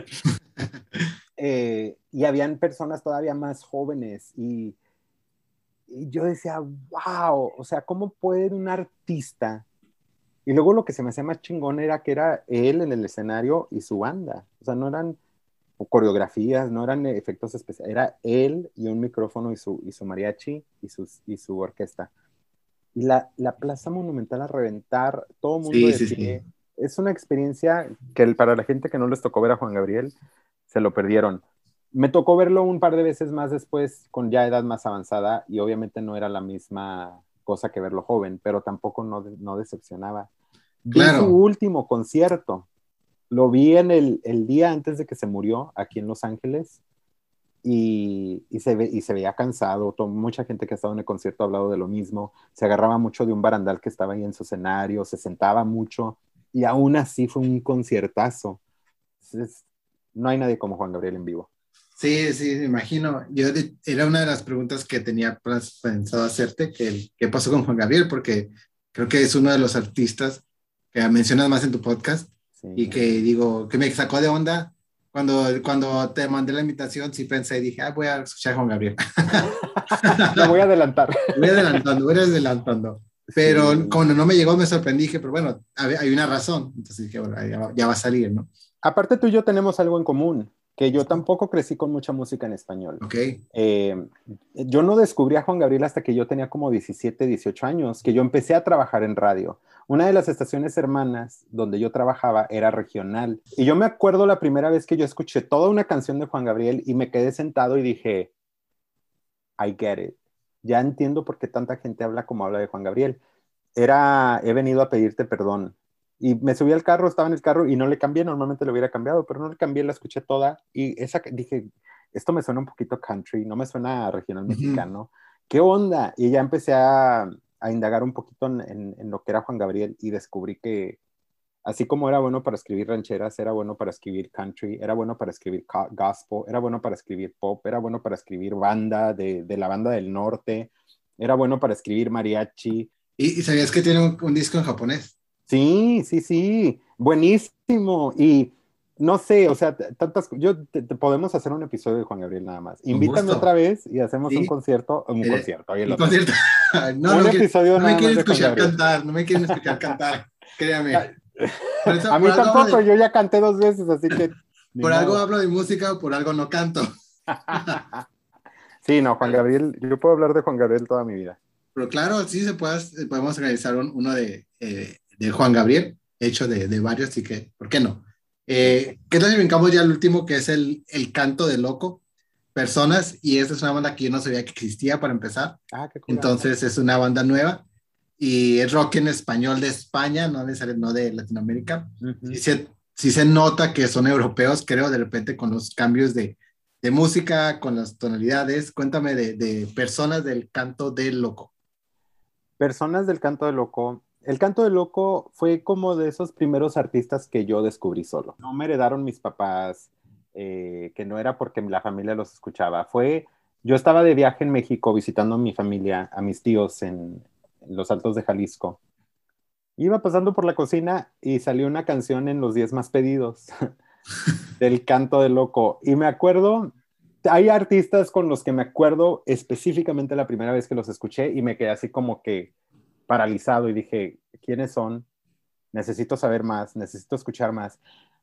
[SPEAKER 2] y habían personas todavía más jóvenes y yo decía, wow, o sea, ¿cómo puede un artista? Y luego lo que se me hacía más chingón era que era él en el escenario y su banda. O sea, no eran coreografías, no eran efectos especiales, era él y un micrófono y su mariachi y su orquesta. Y la Plaza Monumental a reventar, todo el mundo
[SPEAKER 1] sí,
[SPEAKER 2] de
[SPEAKER 1] sí, sí.
[SPEAKER 2] pie. Es una experiencia que para la gente que no les tocó ver a Juan Gabriel, se lo perdieron. Me tocó verlo un par de veces más después, con ya edad más avanzada, y obviamente no era la misma cosa que verlo joven, pero tampoco no decepcionaba. Vi su
[SPEAKER 1] Claro,
[SPEAKER 2] último concierto, lo vi en el día antes de que se murió, aquí en Los Ángeles, y se veía cansado. Mucha gente que ha estado en el concierto ha hablado de lo mismo. Se agarraba mucho de un barandal que estaba ahí en su escenario, se sentaba mucho, y aún así fue un conciertazo. Entonces, no hay nadie como Juan Gabriel en vivo.
[SPEAKER 1] sí, sí, me imagino. Era una de las preguntas que tenía pensado hacerte, ¿qué pasó con Juan Gabriel? Porque creo que es uno de los artistas que mencionas más en tu podcast
[SPEAKER 2] Sí.
[SPEAKER 1] y que digo, que me sacó de onda cuando te mandé la invitación, sí pensé y dije, voy a escuchar a Juan Gabriel.
[SPEAKER 2] Me voy a adelantar.
[SPEAKER 1] Voy adelantando. Pero
[SPEAKER 2] Sí.
[SPEAKER 1] cuando no me llegó me sorprendí, dije, pero bueno, hay una razón. Entonces dije, bueno, ya va a salir, ¿no?
[SPEAKER 2] Aparte tú y yo tenemos algo en común, que yo tampoco crecí con mucha música en español.
[SPEAKER 1] Ok,
[SPEAKER 2] Eh, yo no descubrí a Juan Gabriel hasta que yo tenía como 17, 18 años, que yo empecé a trabajar en radio. Una de las estaciones hermanas donde yo trabajaba era regional. Y yo me acuerdo la primera vez que yo escuché toda una canción de Juan Gabriel y me quedé sentado y dije, I get it. Ya entiendo por qué tanta gente habla como habla de Juan Gabriel. He venido a pedirte perdón. Y me subí al carro, estaba en el carro y no le cambié, normalmente lo hubiera cambiado, pero no le cambié, la escuché toda y dije, esto me suena un poquito country, no me suena a regional
[SPEAKER 1] ujú,
[SPEAKER 2] mexicano. ¿Qué onda? Y ya empecé a indagar un poquito en lo que era Juan Gabriel y descubrí que así como era bueno para escribir rancheras, era bueno para escribir country, era bueno para escribir gospel, era bueno para escribir pop, era bueno para escribir banda de la banda del norte, era bueno para escribir mariachi.
[SPEAKER 1] y sabías que tiene un disco en japonés.
[SPEAKER 2] Sí, sí, sí, buenísimo. Y no sé, o sea, podemos hacer un episodio de Juan Gabriel nada más.
[SPEAKER 1] Con
[SPEAKER 2] Invítame otra
[SPEAKER 1] gusto.
[SPEAKER 2] vez y hacemos
[SPEAKER 1] Sí,
[SPEAKER 2] un concierto, oye, el
[SPEAKER 1] un
[SPEAKER 2] otro.
[SPEAKER 1] concierto. No,
[SPEAKER 2] Un episodio
[SPEAKER 1] no me
[SPEAKER 2] nada más
[SPEAKER 1] quieren
[SPEAKER 2] de Juan
[SPEAKER 1] escuchar
[SPEAKER 2] Gabriel.
[SPEAKER 1] cantar, no me quieren escuchar cantar, créame.
[SPEAKER 2] A
[SPEAKER 1] Por
[SPEAKER 2] mí
[SPEAKER 1] algo hablo
[SPEAKER 2] tampoco, yo ya canté 2 veces, así que ni
[SPEAKER 1] por algo
[SPEAKER 2] modo.
[SPEAKER 1] hablo de música, por algo no canto.
[SPEAKER 2] Sí, no, Juan Gabriel, yo puedo hablar de Juan Gabriel toda mi vida.
[SPEAKER 1] Pero claro, sí podemos organizar uno de Juan Gabriel, hecho de varios, así que, ¿por qué no? ¿Qué tal si brincamos ya al último, que es el Canto de Loco? Personas, y esta es una banda que yo no sabía que existía para empezar.
[SPEAKER 2] Qué cura.
[SPEAKER 1] Entonces es una banda nueva y es rock en español de España, no de Latinoamérica. Sí,
[SPEAKER 2] Ujú.
[SPEAKER 1] sí se nota que son europeos, creo, de repente con los cambios de música, con las tonalidades. Cuéntame de personas del canto del loco.
[SPEAKER 2] Personas del canto de loco. El canto de loco fue como de esos primeros artistas que yo descubrí solo. No me heredaron mis papás, que no era porque la familia los escuchaba. Yo estaba de viaje en México visitando a mi familia, a mis tíos en los Altos de Jalisco. Iba pasando por la cocina y salió una canción en los 10 más pedidos del canto de loco. Y me acuerdo, hay artistas con los que me acuerdo específicamente la primera vez que los escuché y me quedé así como que paralizado y dije, ¿quiénes son? Necesito saber más, necesito escuchar más.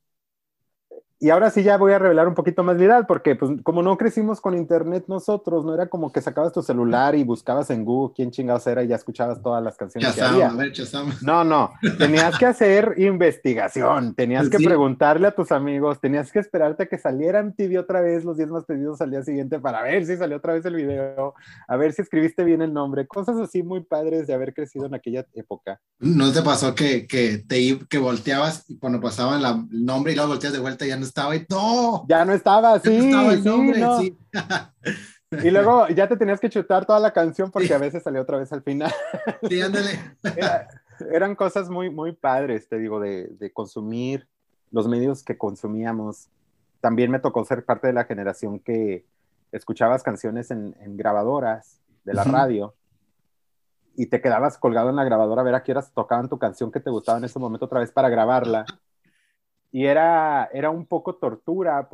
[SPEAKER 2] Y ahora sí ya voy a revelar un poquito más mi edad, porque pues como no crecimos con internet nosotros, no era como que sacabas tu celular y buscabas en Google quién chingados era y ya escuchabas todas las canciones que
[SPEAKER 1] Chazam, a
[SPEAKER 2] había.
[SPEAKER 1] ver, Chazam.
[SPEAKER 2] No, no, tenías que hacer investigación, tenías que
[SPEAKER 1] Sí,
[SPEAKER 2] preguntarle a tus amigos, tenías que esperarte a que saliera MTV otra vez los 10 más pedidos al día siguiente para ver si salió otra vez el video, a ver si escribiste bien el nombre, cosas así muy padres de haber crecido en aquella época.
[SPEAKER 1] ¿no te pasó que volteabas y cuando pasaban el nombre y luego volteas de vuelta y ya no estaba y no,
[SPEAKER 2] Ya no estaba,
[SPEAKER 1] ya no estaba
[SPEAKER 2] sí,
[SPEAKER 1] el
[SPEAKER 2] sí,
[SPEAKER 1] nombre?
[SPEAKER 2] no.
[SPEAKER 1] Sí,
[SPEAKER 2] Y luego ya te tenías que chutar toda la canción porque a
[SPEAKER 1] sí,
[SPEAKER 2] veces salía otra vez al final.
[SPEAKER 1] sí, ándale.
[SPEAKER 2] Era- eran cosas muy, muy padres, te digo, de consumir los medios que consumíamos. También me tocó ser parte de la generación que escuchabas canciones en grabadoras de la
[SPEAKER 1] Ujú.
[SPEAKER 2] radio y te quedabas colgado en la grabadora a ver a qué horas tocaban tu canción que te gustaba en ese momento otra vez para grabarla. Y era un poco tortura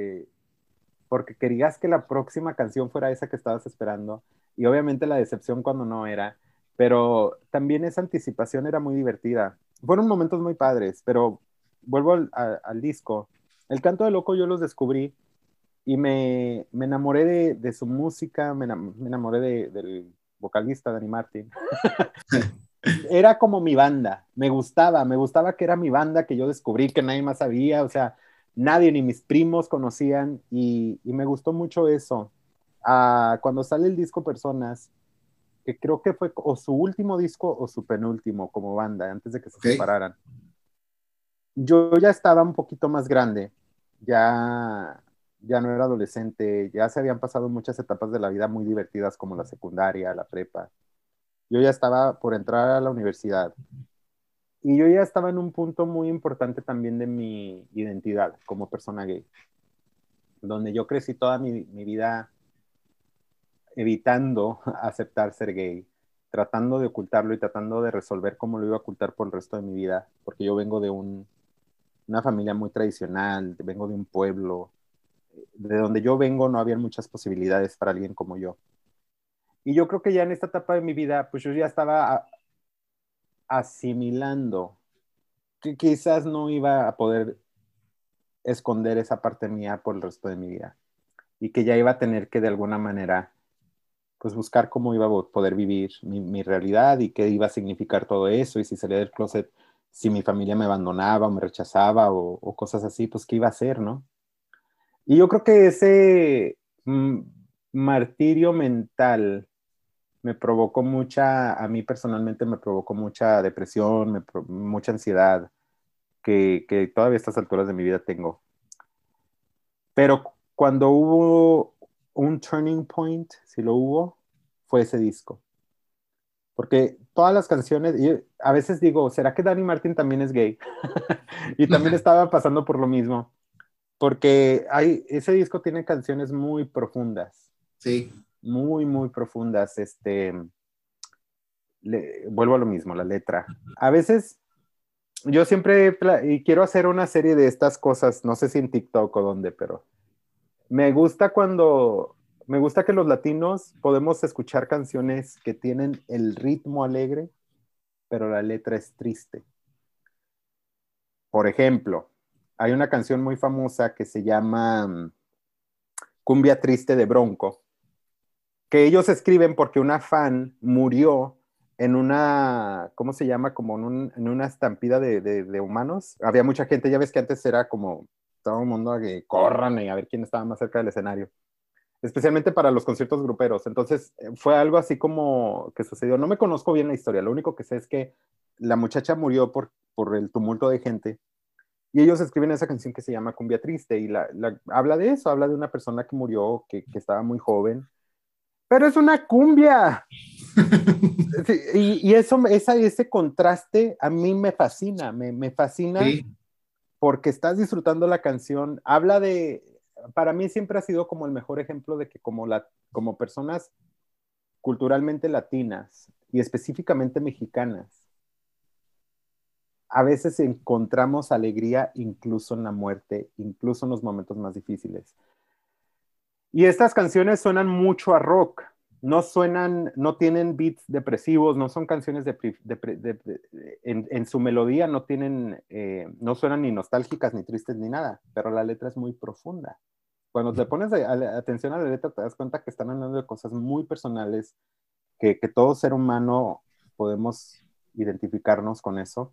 [SPEAKER 2] porque querías que la próxima canción fuera esa que estabas esperando y obviamente la decepción cuando no era, pero también esa anticipación era muy divertida. Fueron momentos muy padres, pero vuelvo al disco. El Canto de Loco yo los descubrí y me enamoré de su música, me enamoré del vocalista Dani Martin. Era como mi banda, me gustaba que era mi banda, que yo descubrí que nadie más sabía, o sea, nadie ni mis primos conocían y me gustó mucho eso. Cuando sale el disco Personas, que creo que fue o su último disco o su penúltimo como banda, antes de que se
[SPEAKER 1] Ok,
[SPEAKER 2] separaran, yo ya estaba un poquito más grande, ya, ya no era adolescente, ya se habían pasado muchas etapas de la vida muy divertidas como la secundaria, la prepa. Yo ya estaba por entrar a la universidad. Y yo ya estaba en un punto muy importante también de mi identidad como persona gay, donde yo crecí toda mi vida evitando aceptar ser gay, tratando de ocultarlo y tratando de resolver cómo lo iba a ocultar por el resto de mi vida, porque yo vengo de una familia muy tradicional, vengo de un pueblo, de donde yo vengo no había muchas posibilidades para alguien como yo. Y yo creo que ya en esta etapa de mi vida, pues yo ya estaba asimilando que quizás no iba a poder esconder esa parte mía por el resto de mi vida y que ya iba a tener que de alguna manera pues buscar cómo iba a poder vivir mi realidad y qué iba a significar todo eso y si salía del closet, si mi familia me abandonaba o me rechazaba o cosas así, pues qué iba a hacer, ¿no? Y yo creo que ese martirio mental me provocó a mí personalmente me provocó mucha depresión, mucha ansiedad que todavía a estas alturas de mi vida tengo. Pero cuando hubo un turning point, si lo hubo, fue ese disco. Porque todas las canciones, y a veces digo, ¿será que Danny Martin también es gay? Y también estaba pasando por lo mismo. Porque ese disco tiene canciones muy profundas,
[SPEAKER 1] sí,
[SPEAKER 2] muy, muy profundas. Vuelvo a lo mismo, la letra. A veces yo siempre, y quiero hacer una serie de estas cosas, no sé si en TikTok o dónde, pero me gusta me gusta que los latinos podemos escuchar canciones que tienen el ritmo alegre, pero la letra es triste. Por ejemplo, hay una canción muy famosa que se llama Cumbia Triste de Bronco, que ellos escriben porque una fan murió en ¿cómo se llama? Como en una estampida de humanos. Había mucha gente, ya ves que antes era como todo el mundo que corran y a ver quién estaba más cerca del escenario, especialmente para los conciertos gruperos. Entonces fue algo así como que sucedió. No me conozco bien la historia, lo único que sé es que la muchacha murió por el tumulto de gente Y ellos escriben esa canción que se llama Cumbia Triste y habla de eso, habla de una persona que murió, que estaba muy joven, pero es una cumbia. Sí, y ese contraste a mí me fascina, me fascina
[SPEAKER 1] Sí,
[SPEAKER 2] porque estás disfrutando la canción. Habla para mí siempre ha sido como el mejor ejemplo de que como personas culturalmente latinas y específicamente mexicanas, a veces encontramos alegría incluso en la muerte, incluso en los momentos más difíciles. Y estas canciones suenan mucho a rock, no tienen beats depresivos, no son canciones en su melodía, no suenan ni nostálgicas, ni tristes, ni nada, pero la letra es muy profunda. Cuando te pones atención a la letra, te das cuenta que están hablando de cosas muy personales, que todo ser humano podemos identificarnos con eso.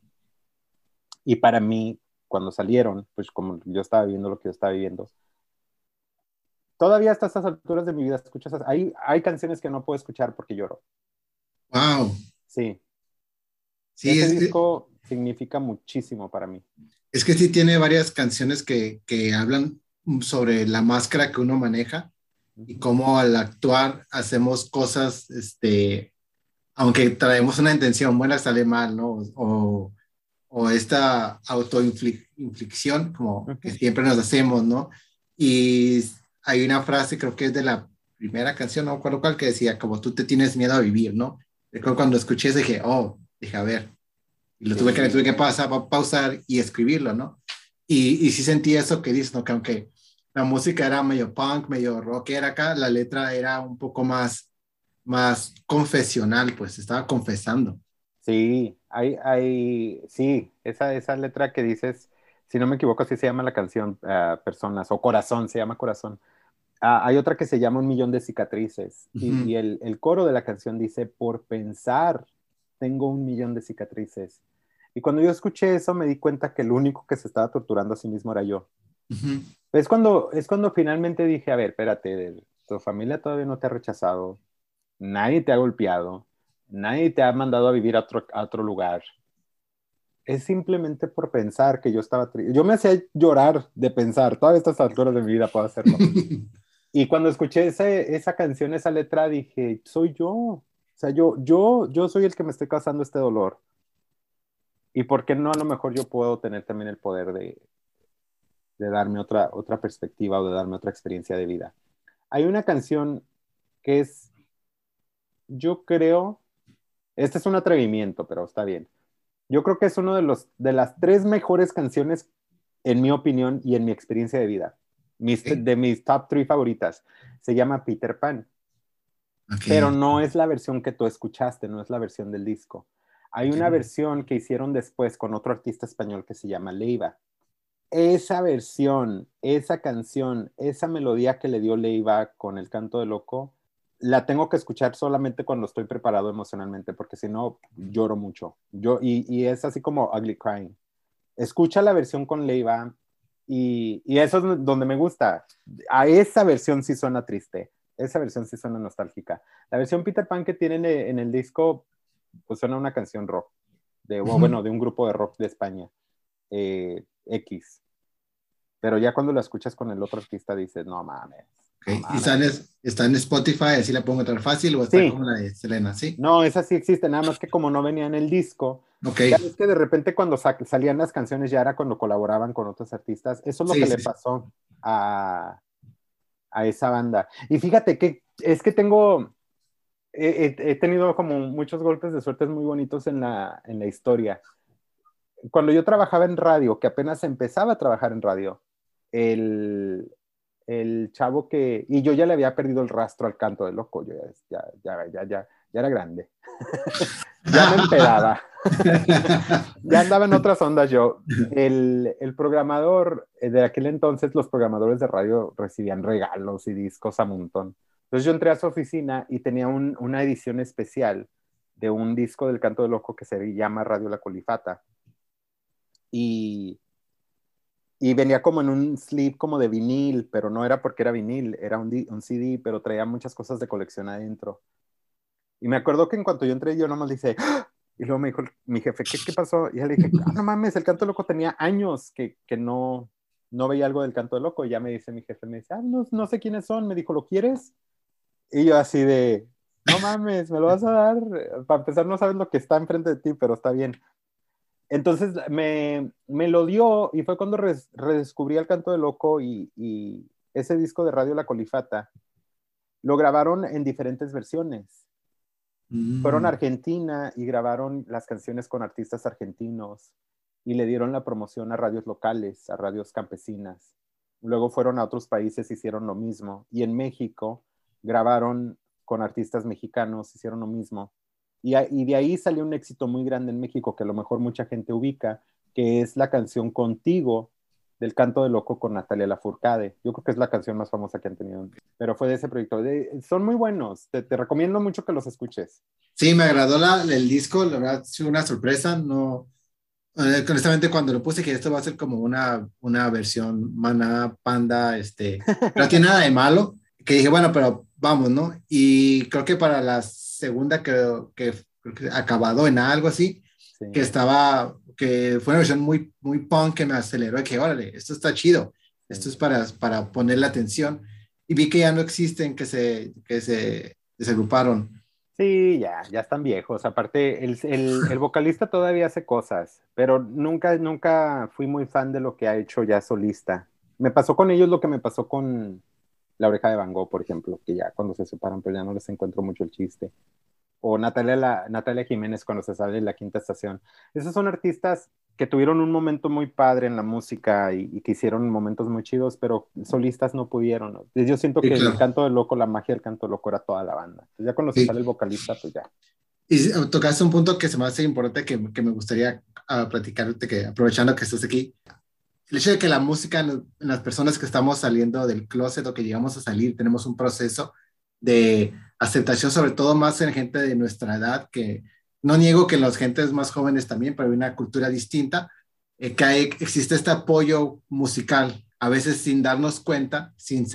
[SPEAKER 2] Y para mí, cuando salieron, pues como yo estaba viviendo lo que yo estaba viviendo, todavía hasta estas alturas de mi vida escuchas, hay canciones que no puedo escuchar porque lloro.
[SPEAKER 1] wow.
[SPEAKER 2] Sí,
[SPEAKER 1] Sí,
[SPEAKER 2] ese disco significa muchísimo para mí.
[SPEAKER 1] es que sí tiene varias canciones que hablan sobre la máscara que uno maneja y
[SPEAKER 2] Ujú.
[SPEAKER 1] cómo al actuar hacemos cosas, aunque traemos una intención buena, sale mal, ¿no? O esta autoinflicción como que
[SPEAKER 2] Ujú.
[SPEAKER 1] siempre nos hacemos, ¿no? Y hay una frase, creo que es de la primera canción, no me acuerdo cuál, que decía, como tú te tienes miedo a vivir, ¿no? Recuerdo cuando escuché eso dije, oh, dije, a ver, y lo tuve
[SPEAKER 2] Sí,
[SPEAKER 1] que pausar y escribirlo, ¿no? Y sí sentí eso que dices, ¿no? Que aunque la música era medio punk, medio rockera acá, la letra era un poco más confesional, pues estaba confesando.
[SPEAKER 2] sí, sí, esa letra que dices, si no me equivoco, así se llama la canción, Personas, o Corazón, se llama Corazón. Hay otra que se llama Un millón de cicatrices,
[SPEAKER 1] Ujú.
[SPEAKER 2] y el coro de la canción dice, por pensar, tengo un millón de cicatrices. Y cuando yo escuché eso, me di cuenta que el único que se estaba torturando a sí mismo era yo.
[SPEAKER 1] Ujú.
[SPEAKER 2] Es cuando finalmente dije, a ver, espérate, tu familia todavía no te ha rechazado, nadie te ha golpeado, nadie te ha mandado a vivir a otro lugar. Es simplemente por pensar que yo estaba triste. Yo me hacía llorar de pensar, todas estas alturas de mi vida puedo hacerlo. Y cuando escuché esa canción, esa letra, dije, soy yo. O sea, yo soy el que me estoy causando este dolor. ¿Y por qué no a lo mejor yo puedo tener también el poder de darme otra perspectiva o de darme otra experiencia de vida? Hay una canción que yo creo, este es un atrevimiento, pero está bien. Yo creo que es uno de las tres mejores canciones, en mi opinión y en mi experiencia de vida.
[SPEAKER 1] Ok,
[SPEAKER 2] De mis top 3 favoritas. Se llama Peter Pan,
[SPEAKER 1] ok,
[SPEAKER 2] pero no es la versión que tú escuchaste, no es la versión del disco. Hay una
[SPEAKER 1] ok.
[SPEAKER 2] versión que hicieron después con otro artista español que se llama Leiva. Esa versión, esa canción, esa melodía que le dio Leiva con el canto de loco, la tengo que escuchar solamente cuando estoy preparado emocionalmente, porque si no, lloro mucho. Y es así como Ugly Crying. Escucha la versión con Leiva y eso es donde me gusta. A esa versión sí suena triste, esa versión sí suena nostálgica. La versión Peter Pan que tienen en el disco, pues suena una canción rock,
[SPEAKER 1] Ujú.
[SPEAKER 2] de un grupo de rock de España, X. Pero ya cuando la escuchas con el otro artista dices, no mames,
[SPEAKER 1] Ok.
[SPEAKER 2] no
[SPEAKER 1] ¿Y
[SPEAKER 2] mames.
[SPEAKER 1] está en Spotify, así la puedo encontrar fácil o está
[SPEAKER 2] Sí,
[SPEAKER 1] como la de Selena, sí?
[SPEAKER 2] no, esa sí existe, nada más que como no venía en el disco,
[SPEAKER 1] Ok,
[SPEAKER 2] ya ves que de repente cuando salían las canciones ya era cuando colaboraban con otros artistas. Eso es lo que
[SPEAKER 1] sí,
[SPEAKER 2] le
[SPEAKER 1] sí, sí.
[SPEAKER 2] pasó a esa banda. Y fíjate que es que he tenido como muchos golpes de suerte muy bonitos en la historia. Cuando yo trabajaba en radio, que apenas empezaba a trabajar en radio, el, el chavo y yo ya le había perdido el rastro al canto de loco, yo ya era grande, ya me empedaba, ya andaba en otras ondas yo. El programador de aquel entonces, los programadores de radio recibían regalos y discos a montón. Entonces yo entré a su oficina y tenía una edición especial de un disco del Canto de Loco que se llama Radio La Colifata. Y, y venía como en un slip como de vinil, pero no era porque era vinil, era un CD, pero traía muchas cosas de colección adentro. Y me acuerdo que en cuanto yo entré, yo nomás le hice, ¡ah! Y luego me dijo mi jefe, ¿qué pasó? Y ya le dije, no mames, el Canto Loco tenía años que no veía algo del Canto Loco. Y ya me dice mi jefe, me dice, no sé quiénes son. Me dijo, ¿lo quieres? Y yo así de, no mames, me lo vas a dar. Para empezar, no sabes lo que está enfrente de ti, pero está bien. Entonces me lo dio y fue cuando redescubrí el Canto del Loco y ese disco de Radio La Colifata lo grabaron en diferentes versiones. Fueron a
[SPEAKER 1] Mm.
[SPEAKER 2] Argentina y grabaron las canciones con artistas argentinos y le dieron la promoción a radios locales, a radios campesinas. Luego fueron a otros países, hicieron lo mismo. Y en México grabaron con artistas mexicanos, hicieron lo mismo. Y de ahí salió un éxito muy grande en México que a lo mejor mucha gente ubica, que es la canción Contigo del Canto de Loco con Natalia Lafourcade. Yo creo que es la canción más famosa que han tenido, pero fue de ese proyecto. Son muy buenos, te recomiendo mucho que los escuches.
[SPEAKER 1] Sí, me agradó el disco, la verdad, fue una sorpresa, no, honestamente cuando lo puse que esto va a ser como una versión Maná, Panda, no tiene nada de malo, que dije, bueno, pero vamos, ¿no? Y creo que para la segunda, creo que acabado en algo así,
[SPEAKER 2] Sí.
[SPEAKER 1] que fue una versión muy, muy punk que me aceleró y que, órale, esto está chido, esto es para ponerle atención. Y vi que ya no existen, que se desagruparon.
[SPEAKER 2] Sí, ya están viejos. Aparte, el vocalista todavía hace cosas, pero nunca fui muy fan de lo que ha hecho ya solista. Me pasó con ellos lo que me pasó con La Oreja de Van Gogh, por ejemplo, que ya cuando se separan, pues ya no les encuentro mucho el chiste. O Natalia Jiménez cuando se sale de La Quinta Estación. Esos son artistas que tuvieron un momento muy padre en la música y que hicieron momentos muy chidos, pero solistas no pudieron, ¿no? Yo siento
[SPEAKER 1] Sí,
[SPEAKER 2] que el
[SPEAKER 1] claro.
[SPEAKER 2] Canto del Loco, la magia del Canto del Loco era toda la banda. Entonces, ya cuando se
[SPEAKER 1] Sí.
[SPEAKER 2] sale el vocalista, pues ya.
[SPEAKER 1] Y tocaste un punto que se me hace importante que me gustaría platicarte, que aprovechando que estás aquí, el hecho de que la música en las personas que estamos saliendo del closet o que llegamos a salir, tenemos un proceso de aceptación, sobre todo más en gente de nuestra edad, que no niego que en las gentes más jóvenes también, pero hay una cultura distinta, existe este apoyo musical, a veces sin darnos cuenta,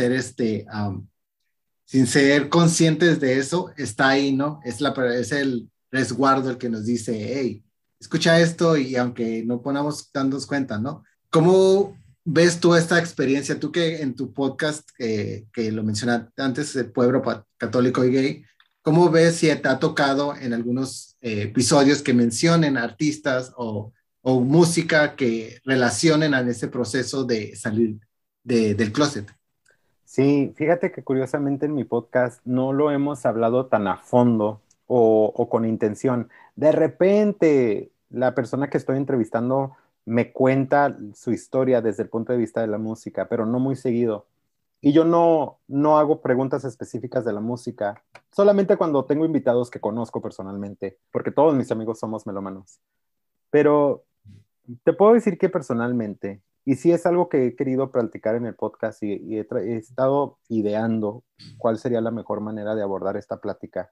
[SPEAKER 1] sin ser conscientes de eso, está ahí, ¿no? Es el resguardo el que nos dice, hey, escucha esto y aunque no ponamos dándonos cuenta, ¿no? ¿Cómo ves tú esta experiencia? Tú que en tu podcast, que lo mencionaste antes, el Pueblo Católico y Gay, ¿cómo ves si te ha tocado en algunos episodios que mencionen artistas o música que relacionen a ese proceso de salir del closet?
[SPEAKER 2] Sí, fíjate que curiosamente en mi podcast no lo hemos hablado tan a fondo o con intención. De repente, la persona que estoy entrevistando me cuenta su historia desde el punto de vista de la música, pero no muy seguido. Y yo no hago preguntas específicas de la música, solamente cuando tengo invitados que conozco personalmente, porque todos mis amigos somos melómanos. Pero te puedo decir que personalmente, y sí es algo que he querido practicar en el podcast y he estado ideando cuál sería la mejor manera de abordar esta plática.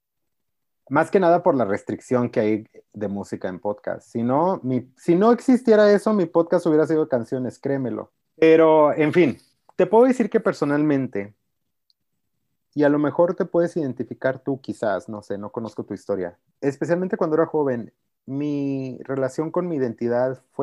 [SPEAKER 2] Más que nada por la restricción que hay de música en podcast. Si no existiera eso, mi podcast hubiera sido canciones, créemelo. Pero, en fin, te puedo decir que personalmente, y a lo mejor te puedes identificar tú quizás, no sé, no conozco tu historia. Especialmente cuando era joven, mi relación con mi identidad fue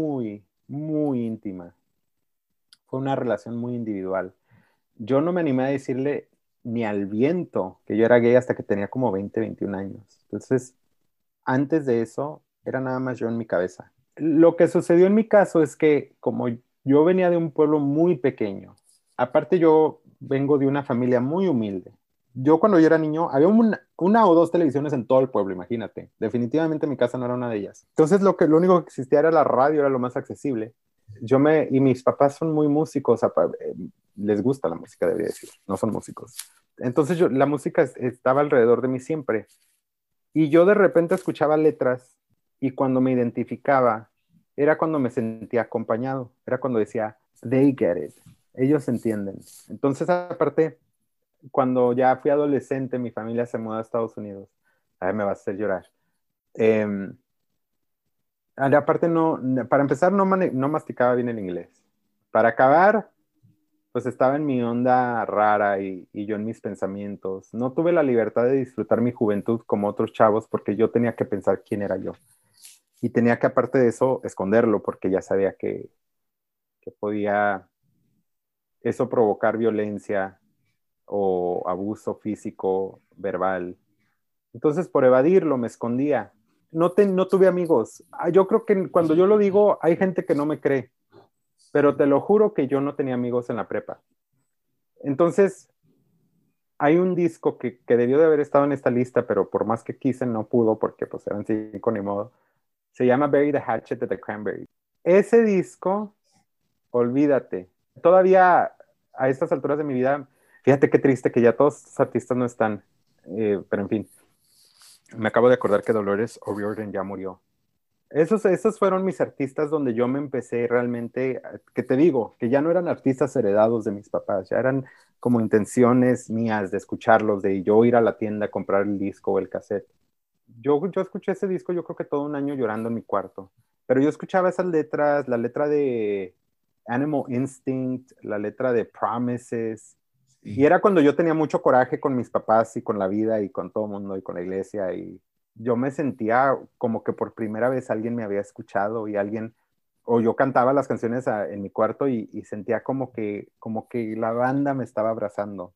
[SPEAKER 2] muy íntima. Fue una relación muy individual. Yo no me animé a decirle ni al viento que yo era gay hasta que tenía como 20, 21 años. Entonces, antes de eso, era nada más yo en mi cabeza. Lo que sucedió en mi caso es que como yo venía de un pueblo muy pequeño, aparte yo vengo de una familia muy humilde. Yo cuando yo era niño, había una o dos televisiones en todo el pueblo, imagínate. Definitivamente mi casa no era una de ellas. Entonces lo único que existía era la radio, era lo más accesible. Y mis papás son muy músicos, les gusta la música, debería decir, no son músicos. Entonces la música estaba alrededor de mí siempre. Y yo de repente escuchaba letras y cuando me identificaba, era cuando me sentía acompañado, era cuando decía, they get it, ellos entienden. Entonces, aparte, cuando ya fui adolescente, mi familia se mudó a Estados Unidos. Ay, me va a hacer llorar. Eh, Aparte, para empezar, no masticaba bien el inglés. Para acabar, pues estaba en mi onda rara y yo en mis pensamientos. No tuve la libertad de disfrutar mi juventud como otros chavos porque yo tenía que pensar quién era yo. Y tenía que, aparte de eso, esconderlo porque ya sabía que podía eso provocar violencia o abuso físico, verbal. Entonces, por evadirlo, me escondía. No tuve amigos. Yo creo que cuando yo lo digo, hay gente que no me cree, pero te lo juro que yo no tenía amigos en la prepa. Entonces, hay un disco que debió de haber estado en esta lista, pero por más que quise, no pudo porque pues eran cinco ni modo. Se llama Bury the Hatchet de The Cranberries. Ese disco, olvídate. Todavía a estas alturas de mi vida, fíjate qué triste que ya todos estos artistas no están. Pero en fin, me acabo de acordar que Dolores O'Riordan ya murió. Esos fueron mis artistas donde yo me empecé realmente, que te digo, que ya no eran artistas heredados de mis papás, ya eran como intenciones mías de escucharlos, de yo ir a la tienda a comprar el disco o el cassette. Yo escuché ese disco yo creo que todo un año llorando en mi cuarto, pero yo escuchaba esas letras, la letra de Animal Instinct, la letra de Promises, y
[SPEAKER 1] Sí.
[SPEAKER 2] era cuando yo tenía mucho coraje con mis papás y con la vida y con todo el mundo y con la iglesia y yo me sentía como que por primera vez alguien me había escuchado y alguien, o yo cantaba las canciones en mi cuarto y sentía como que la banda me estaba abrazando.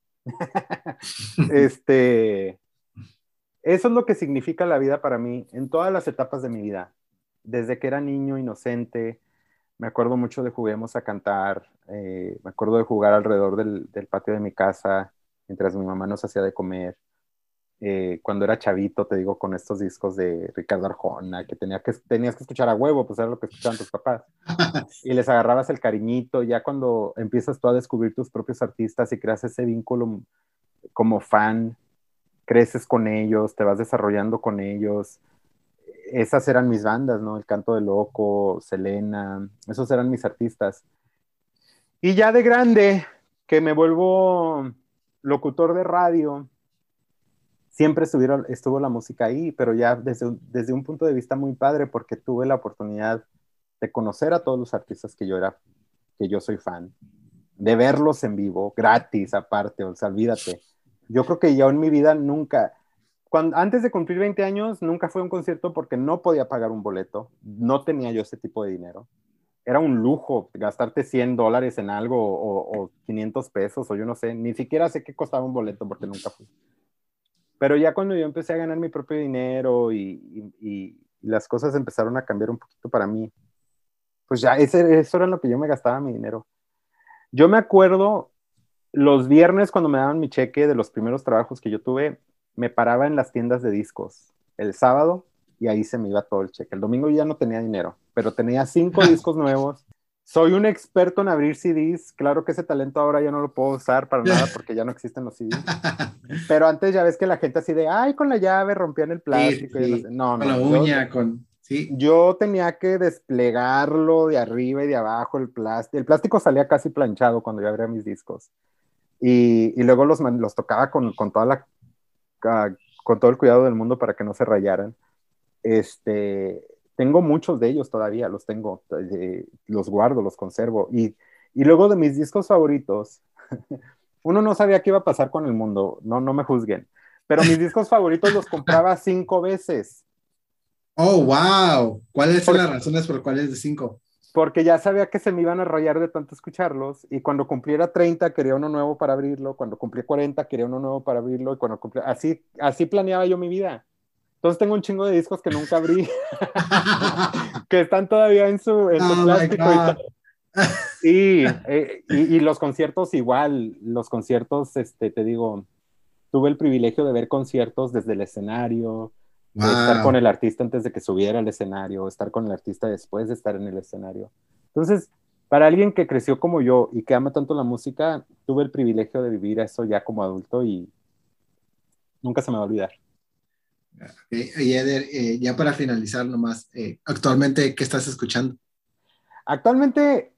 [SPEAKER 2] Este, eso es lo que significa la vida para mí en todas las etapas de mi vida. Desde que era niño inocente, me acuerdo mucho de juguemos a cantar, me acuerdo de jugar alrededor del patio de mi casa mientras mi mamá nos hacía de comer. Cuando era chavito, te digo, con estos discos de Ricardo Arjona, que tenías que escuchar a huevo, pues era lo que escuchaban tus papás. Y les agarrabas el cariñito, ya cuando empiezas tú a descubrir tus propios artistas y creas ese vínculo como fan, creces con ellos, te vas desarrollando con ellos. Esas eran mis bandas, ¿no? El Canto de Loco, Selena, esos eran mis artistas. Y ya de grande, que me vuelvo locutor de radio, siempre estuvo la música ahí, pero ya desde un punto de vista muy padre, porque tuve la oportunidad de conocer a todos los artistas que yo soy fan, de verlos en vivo, gratis aparte, o sea, olvídate. Yo creo que yo en mi vida nunca, antes de cumplir 20 años, nunca fue a un concierto porque no podía pagar un boleto, no tenía yo ese tipo de dinero. Era un lujo gastarte $100 en algo o 500 pesos o yo no sé, ni siquiera sé qué costaba un boleto porque nunca fui. Pero ya cuando yo empecé a ganar mi propio dinero y las cosas empezaron a cambiar un poquito para mí, pues ya eso era en lo que yo me gastaba mi dinero. Yo me acuerdo los viernes cuando me daban mi cheque de los primeros trabajos que yo tuve, me paraba en las tiendas de discos el sábado y ahí se me iba todo el cheque. El domingo ya no tenía dinero, pero tenía 5 discos nuevos. Soy un experto en abrir CDs. Claro que ese talento ahora ya no lo puedo usar para nada porque ya no existen los CDs. Pero antes ya ves que la gente así de, ay, con la llave rompían el
[SPEAKER 1] Sí,
[SPEAKER 2] plástico. Y no sé.
[SPEAKER 1] sí,
[SPEAKER 2] No,
[SPEAKER 1] con la
[SPEAKER 2] no,
[SPEAKER 1] uña, con... Sí.
[SPEAKER 2] yo tenía que desplegarlo de arriba y de abajo el plástico. El plástico salía casi planchado cuando yo abría mis discos. Y luego los tocaba ah, con todo el cuidado del mundo para que no se rayaran. Este, tengo muchos de ellos todavía, los tengo, los guardo, los conservo. Y luego de mis discos favoritos, uno no sabía qué iba a pasar con el mundo, no me juzguen, pero mis discos favoritos los compraba 5 veces,
[SPEAKER 1] Oh, wow. ¿Cuáles son las
[SPEAKER 2] porque,
[SPEAKER 1] razones por cuáles de cinco?
[SPEAKER 2] porque ya sabía que se me iban a rayar de tanto escucharlos, y cuando cumpliera 30 quería uno nuevo para abrirlo, cuando cumplía 40 quería uno nuevo para abrirlo, y cuando cumplía, así planeaba yo mi vida. Entonces tengo un chingo de discos que nunca abrí, que están todavía en su
[SPEAKER 1] Oh my
[SPEAKER 2] plástico y todo.
[SPEAKER 1] God.
[SPEAKER 2] Y los conciertos igual, los conciertos, te digo, tuve el privilegio de ver conciertos desde el escenario, de estar con
[SPEAKER 1] Wow.
[SPEAKER 2] el artista antes de que subiera al escenario, estar con el artista después de estar en el escenario. Entonces, para alguien que creció como yo y que ama tanto la música, tuve el privilegio de vivir eso ya como adulto y nunca se me va a olvidar.
[SPEAKER 1] Oye, Eder, ya para finalizar nomás, actualmente, ¿qué estás escuchando?
[SPEAKER 2] Actualmente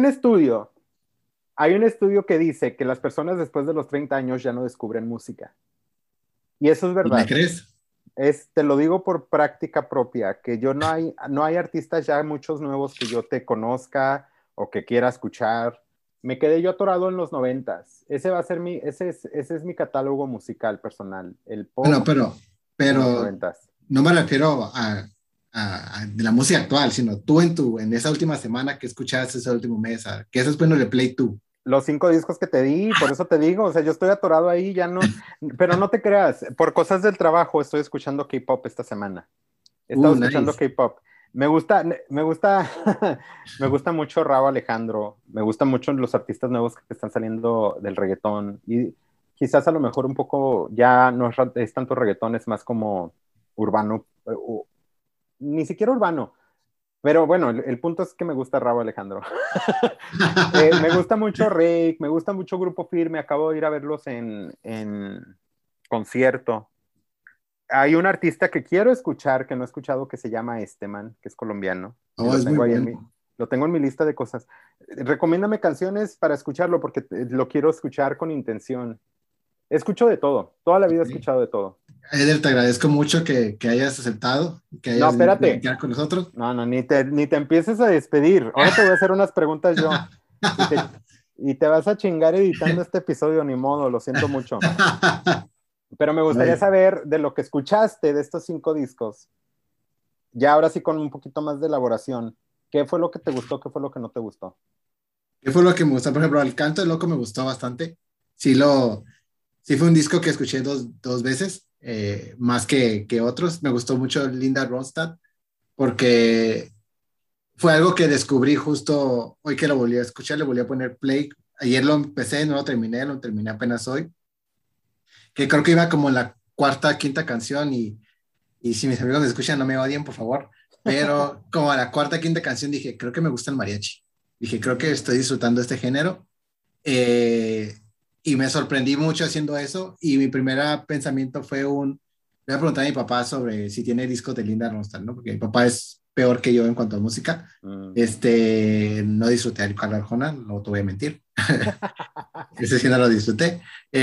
[SPEAKER 2] hay un estudio que dice que las personas después de los 30 años ya no descubren música. Y eso es
[SPEAKER 1] ¿Y me
[SPEAKER 2] verdad.
[SPEAKER 1] crees?
[SPEAKER 2] Te lo digo por práctica propia, que no hay artistas ya muchos nuevos que yo te conozca o que quiera escuchar. Me quedé yo atorado en los 90s. Ese va a ser ese es mi catálogo musical personal, el
[SPEAKER 1] Bueno,
[SPEAKER 2] pop en los
[SPEAKER 1] pero
[SPEAKER 2] 90s.
[SPEAKER 1] no me refiero de la música actual, sino tú en esa última semana que escuchaste ese último mes, que eso es bueno de play tú.
[SPEAKER 2] Los 5 discos que te di, por eso te digo, o sea, yo estoy atorado ahí, ya no, pero no te creas, por cosas del trabajo estoy escuchando K-pop esta semana. He estado escuchando
[SPEAKER 1] Nice.
[SPEAKER 2] K-pop. Me gusta, me gusta mucho Rauw Alejandro, me gustan mucho los artistas nuevos que están saliendo del reggaetón y quizás a lo mejor un poco ya no es tanto reggaetón, es más como urbano, ni siquiera urbano, pero bueno, el punto es que me gusta Rauw Alejandro. Me gusta mucho Rake, me gusta mucho Grupo Firme, acabo de ir a verlos en concierto. Hay un artista que quiero escuchar, que no he escuchado, que se llama Esteman, que es colombiano. Y
[SPEAKER 1] Oh, es muy bueno.
[SPEAKER 2] lo tengo en mi lista de cosas. Recomiéndame canciones para escucharlo, porque lo quiero escuchar con intención. Escucho de todo, toda la vida he
[SPEAKER 1] Ok.
[SPEAKER 2] escuchado de todo.
[SPEAKER 1] Eder, te agradezco mucho que hayas aceptado, que
[SPEAKER 2] No,
[SPEAKER 1] hayas venido a
[SPEAKER 2] espérate.
[SPEAKER 1] platicar con nosotros.
[SPEAKER 2] No, no, ni te empieces a despedir. Ahora te voy a hacer unas preguntas yo. Y te, y te vas a chingar editando este episodio, ni modo, lo siento mucho. Pero me
[SPEAKER 1] A
[SPEAKER 2] gustaría
[SPEAKER 1] ver,
[SPEAKER 2] saber de lo que escuchaste de estos 5 discos, ya ahora sí con un poquito más de elaboración. ¿Qué fue lo que te gustó? ¿Qué fue lo que no te gustó?
[SPEAKER 1] ¿qué fue lo que me gustó? Por ejemplo, El Canto del Loco me gustó bastante. Sí fue un disco que escuché dos veces, más que otros. Me gustó mucho Linda Ronstadt, porque fue algo que descubrí justo hoy que lo volví a escuchar, le volví a poner play. Ayer lo empecé, no lo terminé apenas hoy, que creo que iba como en la cuarta, quinta canción y si mis amigos me escuchan no me odien, por favor, pero como a la cuarta, quinta canción dije, creo que me gusta el mariachi. Dije, creo que estoy disfrutando este género. Eh, y me sorprendí mucho haciendo eso y mi primer pensamiento fue le voy a preguntar a mi papá sobre si tiene discos de Linda Ronstadt, ¿no? Porque mi papá es peor que yo en cuanto a música.
[SPEAKER 2] Mm.
[SPEAKER 1] No disfruté al Carl Arjona, no te voy a mentir. Ese sí no lo disfruté.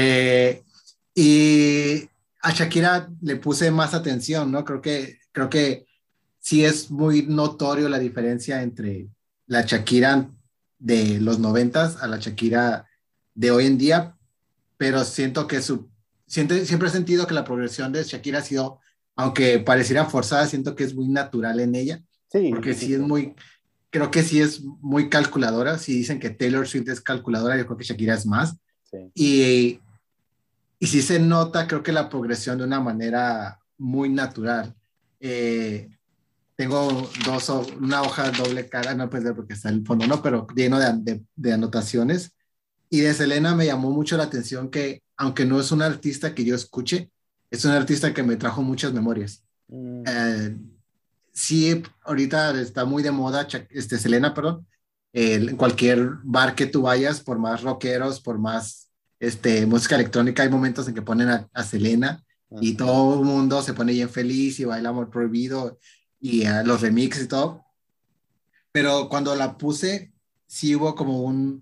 [SPEAKER 1] Y a Shakira le puse más atención, ¿no? Creo que sí es muy notorio la diferencia entre la Shakira de los 90s a la Shakira de hoy en día, pero siento que siempre he sentido que la progresión de Shakira ha sido, aunque pareciera forzada, siento que es muy natural en ella,
[SPEAKER 2] Sí,
[SPEAKER 1] porque
[SPEAKER 2] sí,
[SPEAKER 1] sí es
[SPEAKER 2] sí,
[SPEAKER 1] muy, creo que sí es muy calculadora. Si dicen que Taylor Swift es calculadora, yo creo que Shakira es más.
[SPEAKER 2] sí.
[SPEAKER 1] Y, y sí se nota, creo que la progresión de una manera muy natural. Eh, Tengo una hoja doble cara, no puede ser porque está en el fondo, no, pero lleno de anotaciones. Y de Selena me llamó mucho la atención que, aunque no es un artista que yo escuche, es un artista que me trajo muchas memorias.
[SPEAKER 2] Mm,
[SPEAKER 1] Eh, sí, ahorita está muy de moda, Selena, perdón. En cualquier bar que tú vayas, por más rockeros, por más música electrónica, hay momentos en que ponen a Selena y
[SPEAKER 2] ujú.
[SPEAKER 1] todo el mundo se pone bien feliz y baila Amor Prohibido y los remixes y todo. Pero cuando la puse, sí hubo como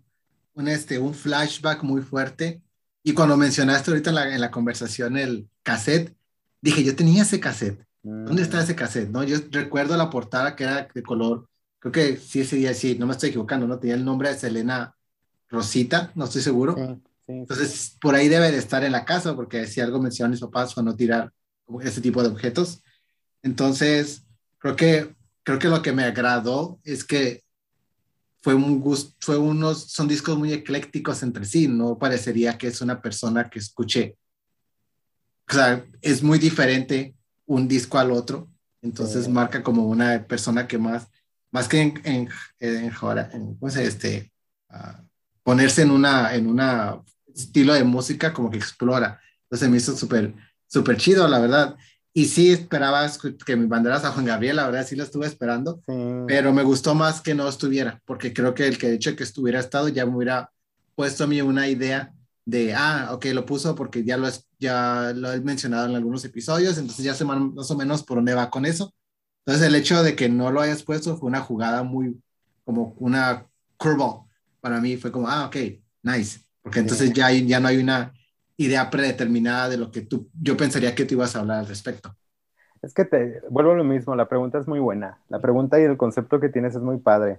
[SPEAKER 1] un flashback muy fuerte. Y cuando mencionaste ahorita en la conversación el cassette, dije, yo tenía ese cassette. ¿Dónde está
[SPEAKER 2] Mm,
[SPEAKER 1] ese cassette? ¿No? Yo recuerdo la portada que era de color, creo que sí, ese día sí, no me estoy equivocando, ¿no? Tenía el nombre de Selena Rosita, no estoy seguro.
[SPEAKER 2] sí, sí, sí.
[SPEAKER 1] Entonces, por ahí debe de estar en la casa, porque si algo mencionan mis papás fue no tirar como ese tipo de objetos. Entonces, creo que, creo que lo que me agradó es que fue un gusto, son discos muy eclécticos entre sí, no parecería que es una persona que escuche, o sea, es muy diferente un disco al otro,
[SPEAKER 2] Sí.
[SPEAKER 1] entonces marca como una persona que más que ¿cómo se dice? Ah, ponerse en una estilo de música como que explora, entonces me hizo súper chido, la verdad, y sí esperaba que me mandaras a Juan Gabriel, la verdad sí lo estuve esperando,
[SPEAKER 2] Sí,
[SPEAKER 1] pero me gustó más que no estuviera, porque creo que el hecho de que estuviera estado ya me hubiera puesto a mí una idea ok, lo puso porque ya lo he mencionado en algunos episodios, entonces ya sé más o menos por dónde va con eso. Entonces el hecho de que no lo hayas puesto fue una jugada como una curveball. Para mí fue como, ok, nice, porque
[SPEAKER 2] sí.
[SPEAKER 1] entonces ya no hay una idea predeterminada de lo que yo pensaría que tú ibas a hablar al respecto.
[SPEAKER 2] Es que te vuelvo a lo mismo, la pregunta es muy buena. La pregunta y el concepto que tienes es muy padre.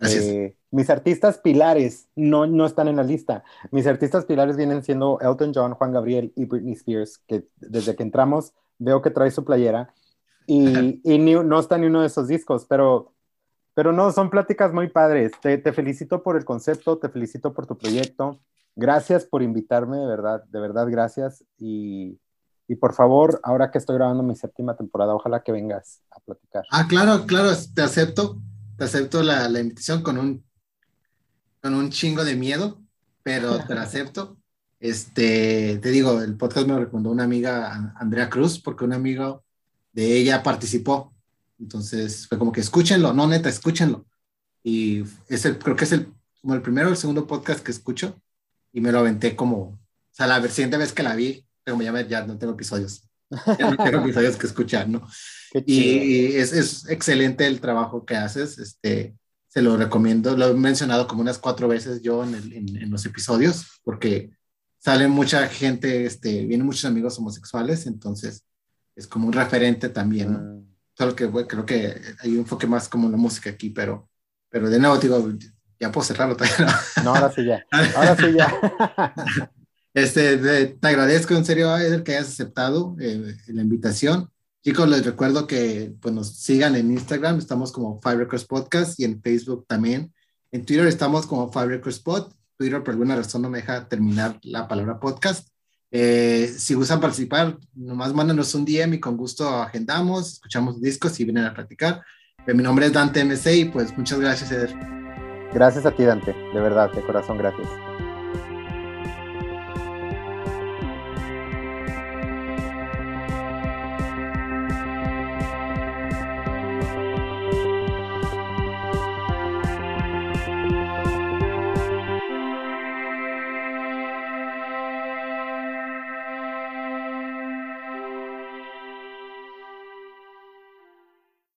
[SPEAKER 1] Así es.
[SPEAKER 2] Mis artistas pilares no están en la lista. Mis artistas pilares vienen siendo Elton John, Juan Gabriel y Britney Spears, que desde que entramos veo que trae su playera y no está ni uno de esos discos, pero no, son pláticas muy padres. Te felicito por el concepto, te felicito por tu proyecto. Gracias por invitarme, de verdad, gracias. Y por favor, ahora que estoy grabando mi 7ª temporada, ojalá que vengas a platicar.
[SPEAKER 1] Claro, claro, te acepto la invitación con un chingo de miedo, pero te la acepto. Te digo, el podcast me lo recomendó una amiga, Andrea Cruz, porque un amigo de ella participó. Entonces fue como que escúchenlo, no, neta, escúchenlo. Y creo que es como el primero o el segundo podcast que escucho y me lo aventé como, o sea, la siguiente vez que la vi, como ya no tengo episodios, ya no tengo episodios que escuchar, ¿no?
[SPEAKER 2] Qué chido.
[SPEAKER 1] Y es excelente el trabajo que haces, se lo recomiendo, lo he mencionado como unas 4 veces yo en los episodios, porque sale mucha gente, vienen muchos amigos homosexuales, entonces es como un referente también, ¿no? Solo que bueno, creo que hay un enfoque más como la música aquí, pero de nuevo, digo, ya puedo cerrarlo todavía.
[SPEAKER 2] No, ahora sí ya. Ahora sí ya.
[SPEAKER 1] Te agradezco en serio, Eder, que hayas aceptado la invitación. Chicos, les recuerdo que pues, nos sigan en Instagram, estamos como Five Records Podcast y en Facebook también. En Twitter estamos como Five Records Pod. Twitter por alguna razón no me deja terminar la palabra podcast. Si gustan participar, nomás mándanos un DM y con gusto agendamos, escuchamos discos y vienen a platicar. Mi nombre es Dante MC y pues muchas gracias, Eder.
[SPEAKER 2] Gracias a ti, Dante, de verdad, de corazón, gracias.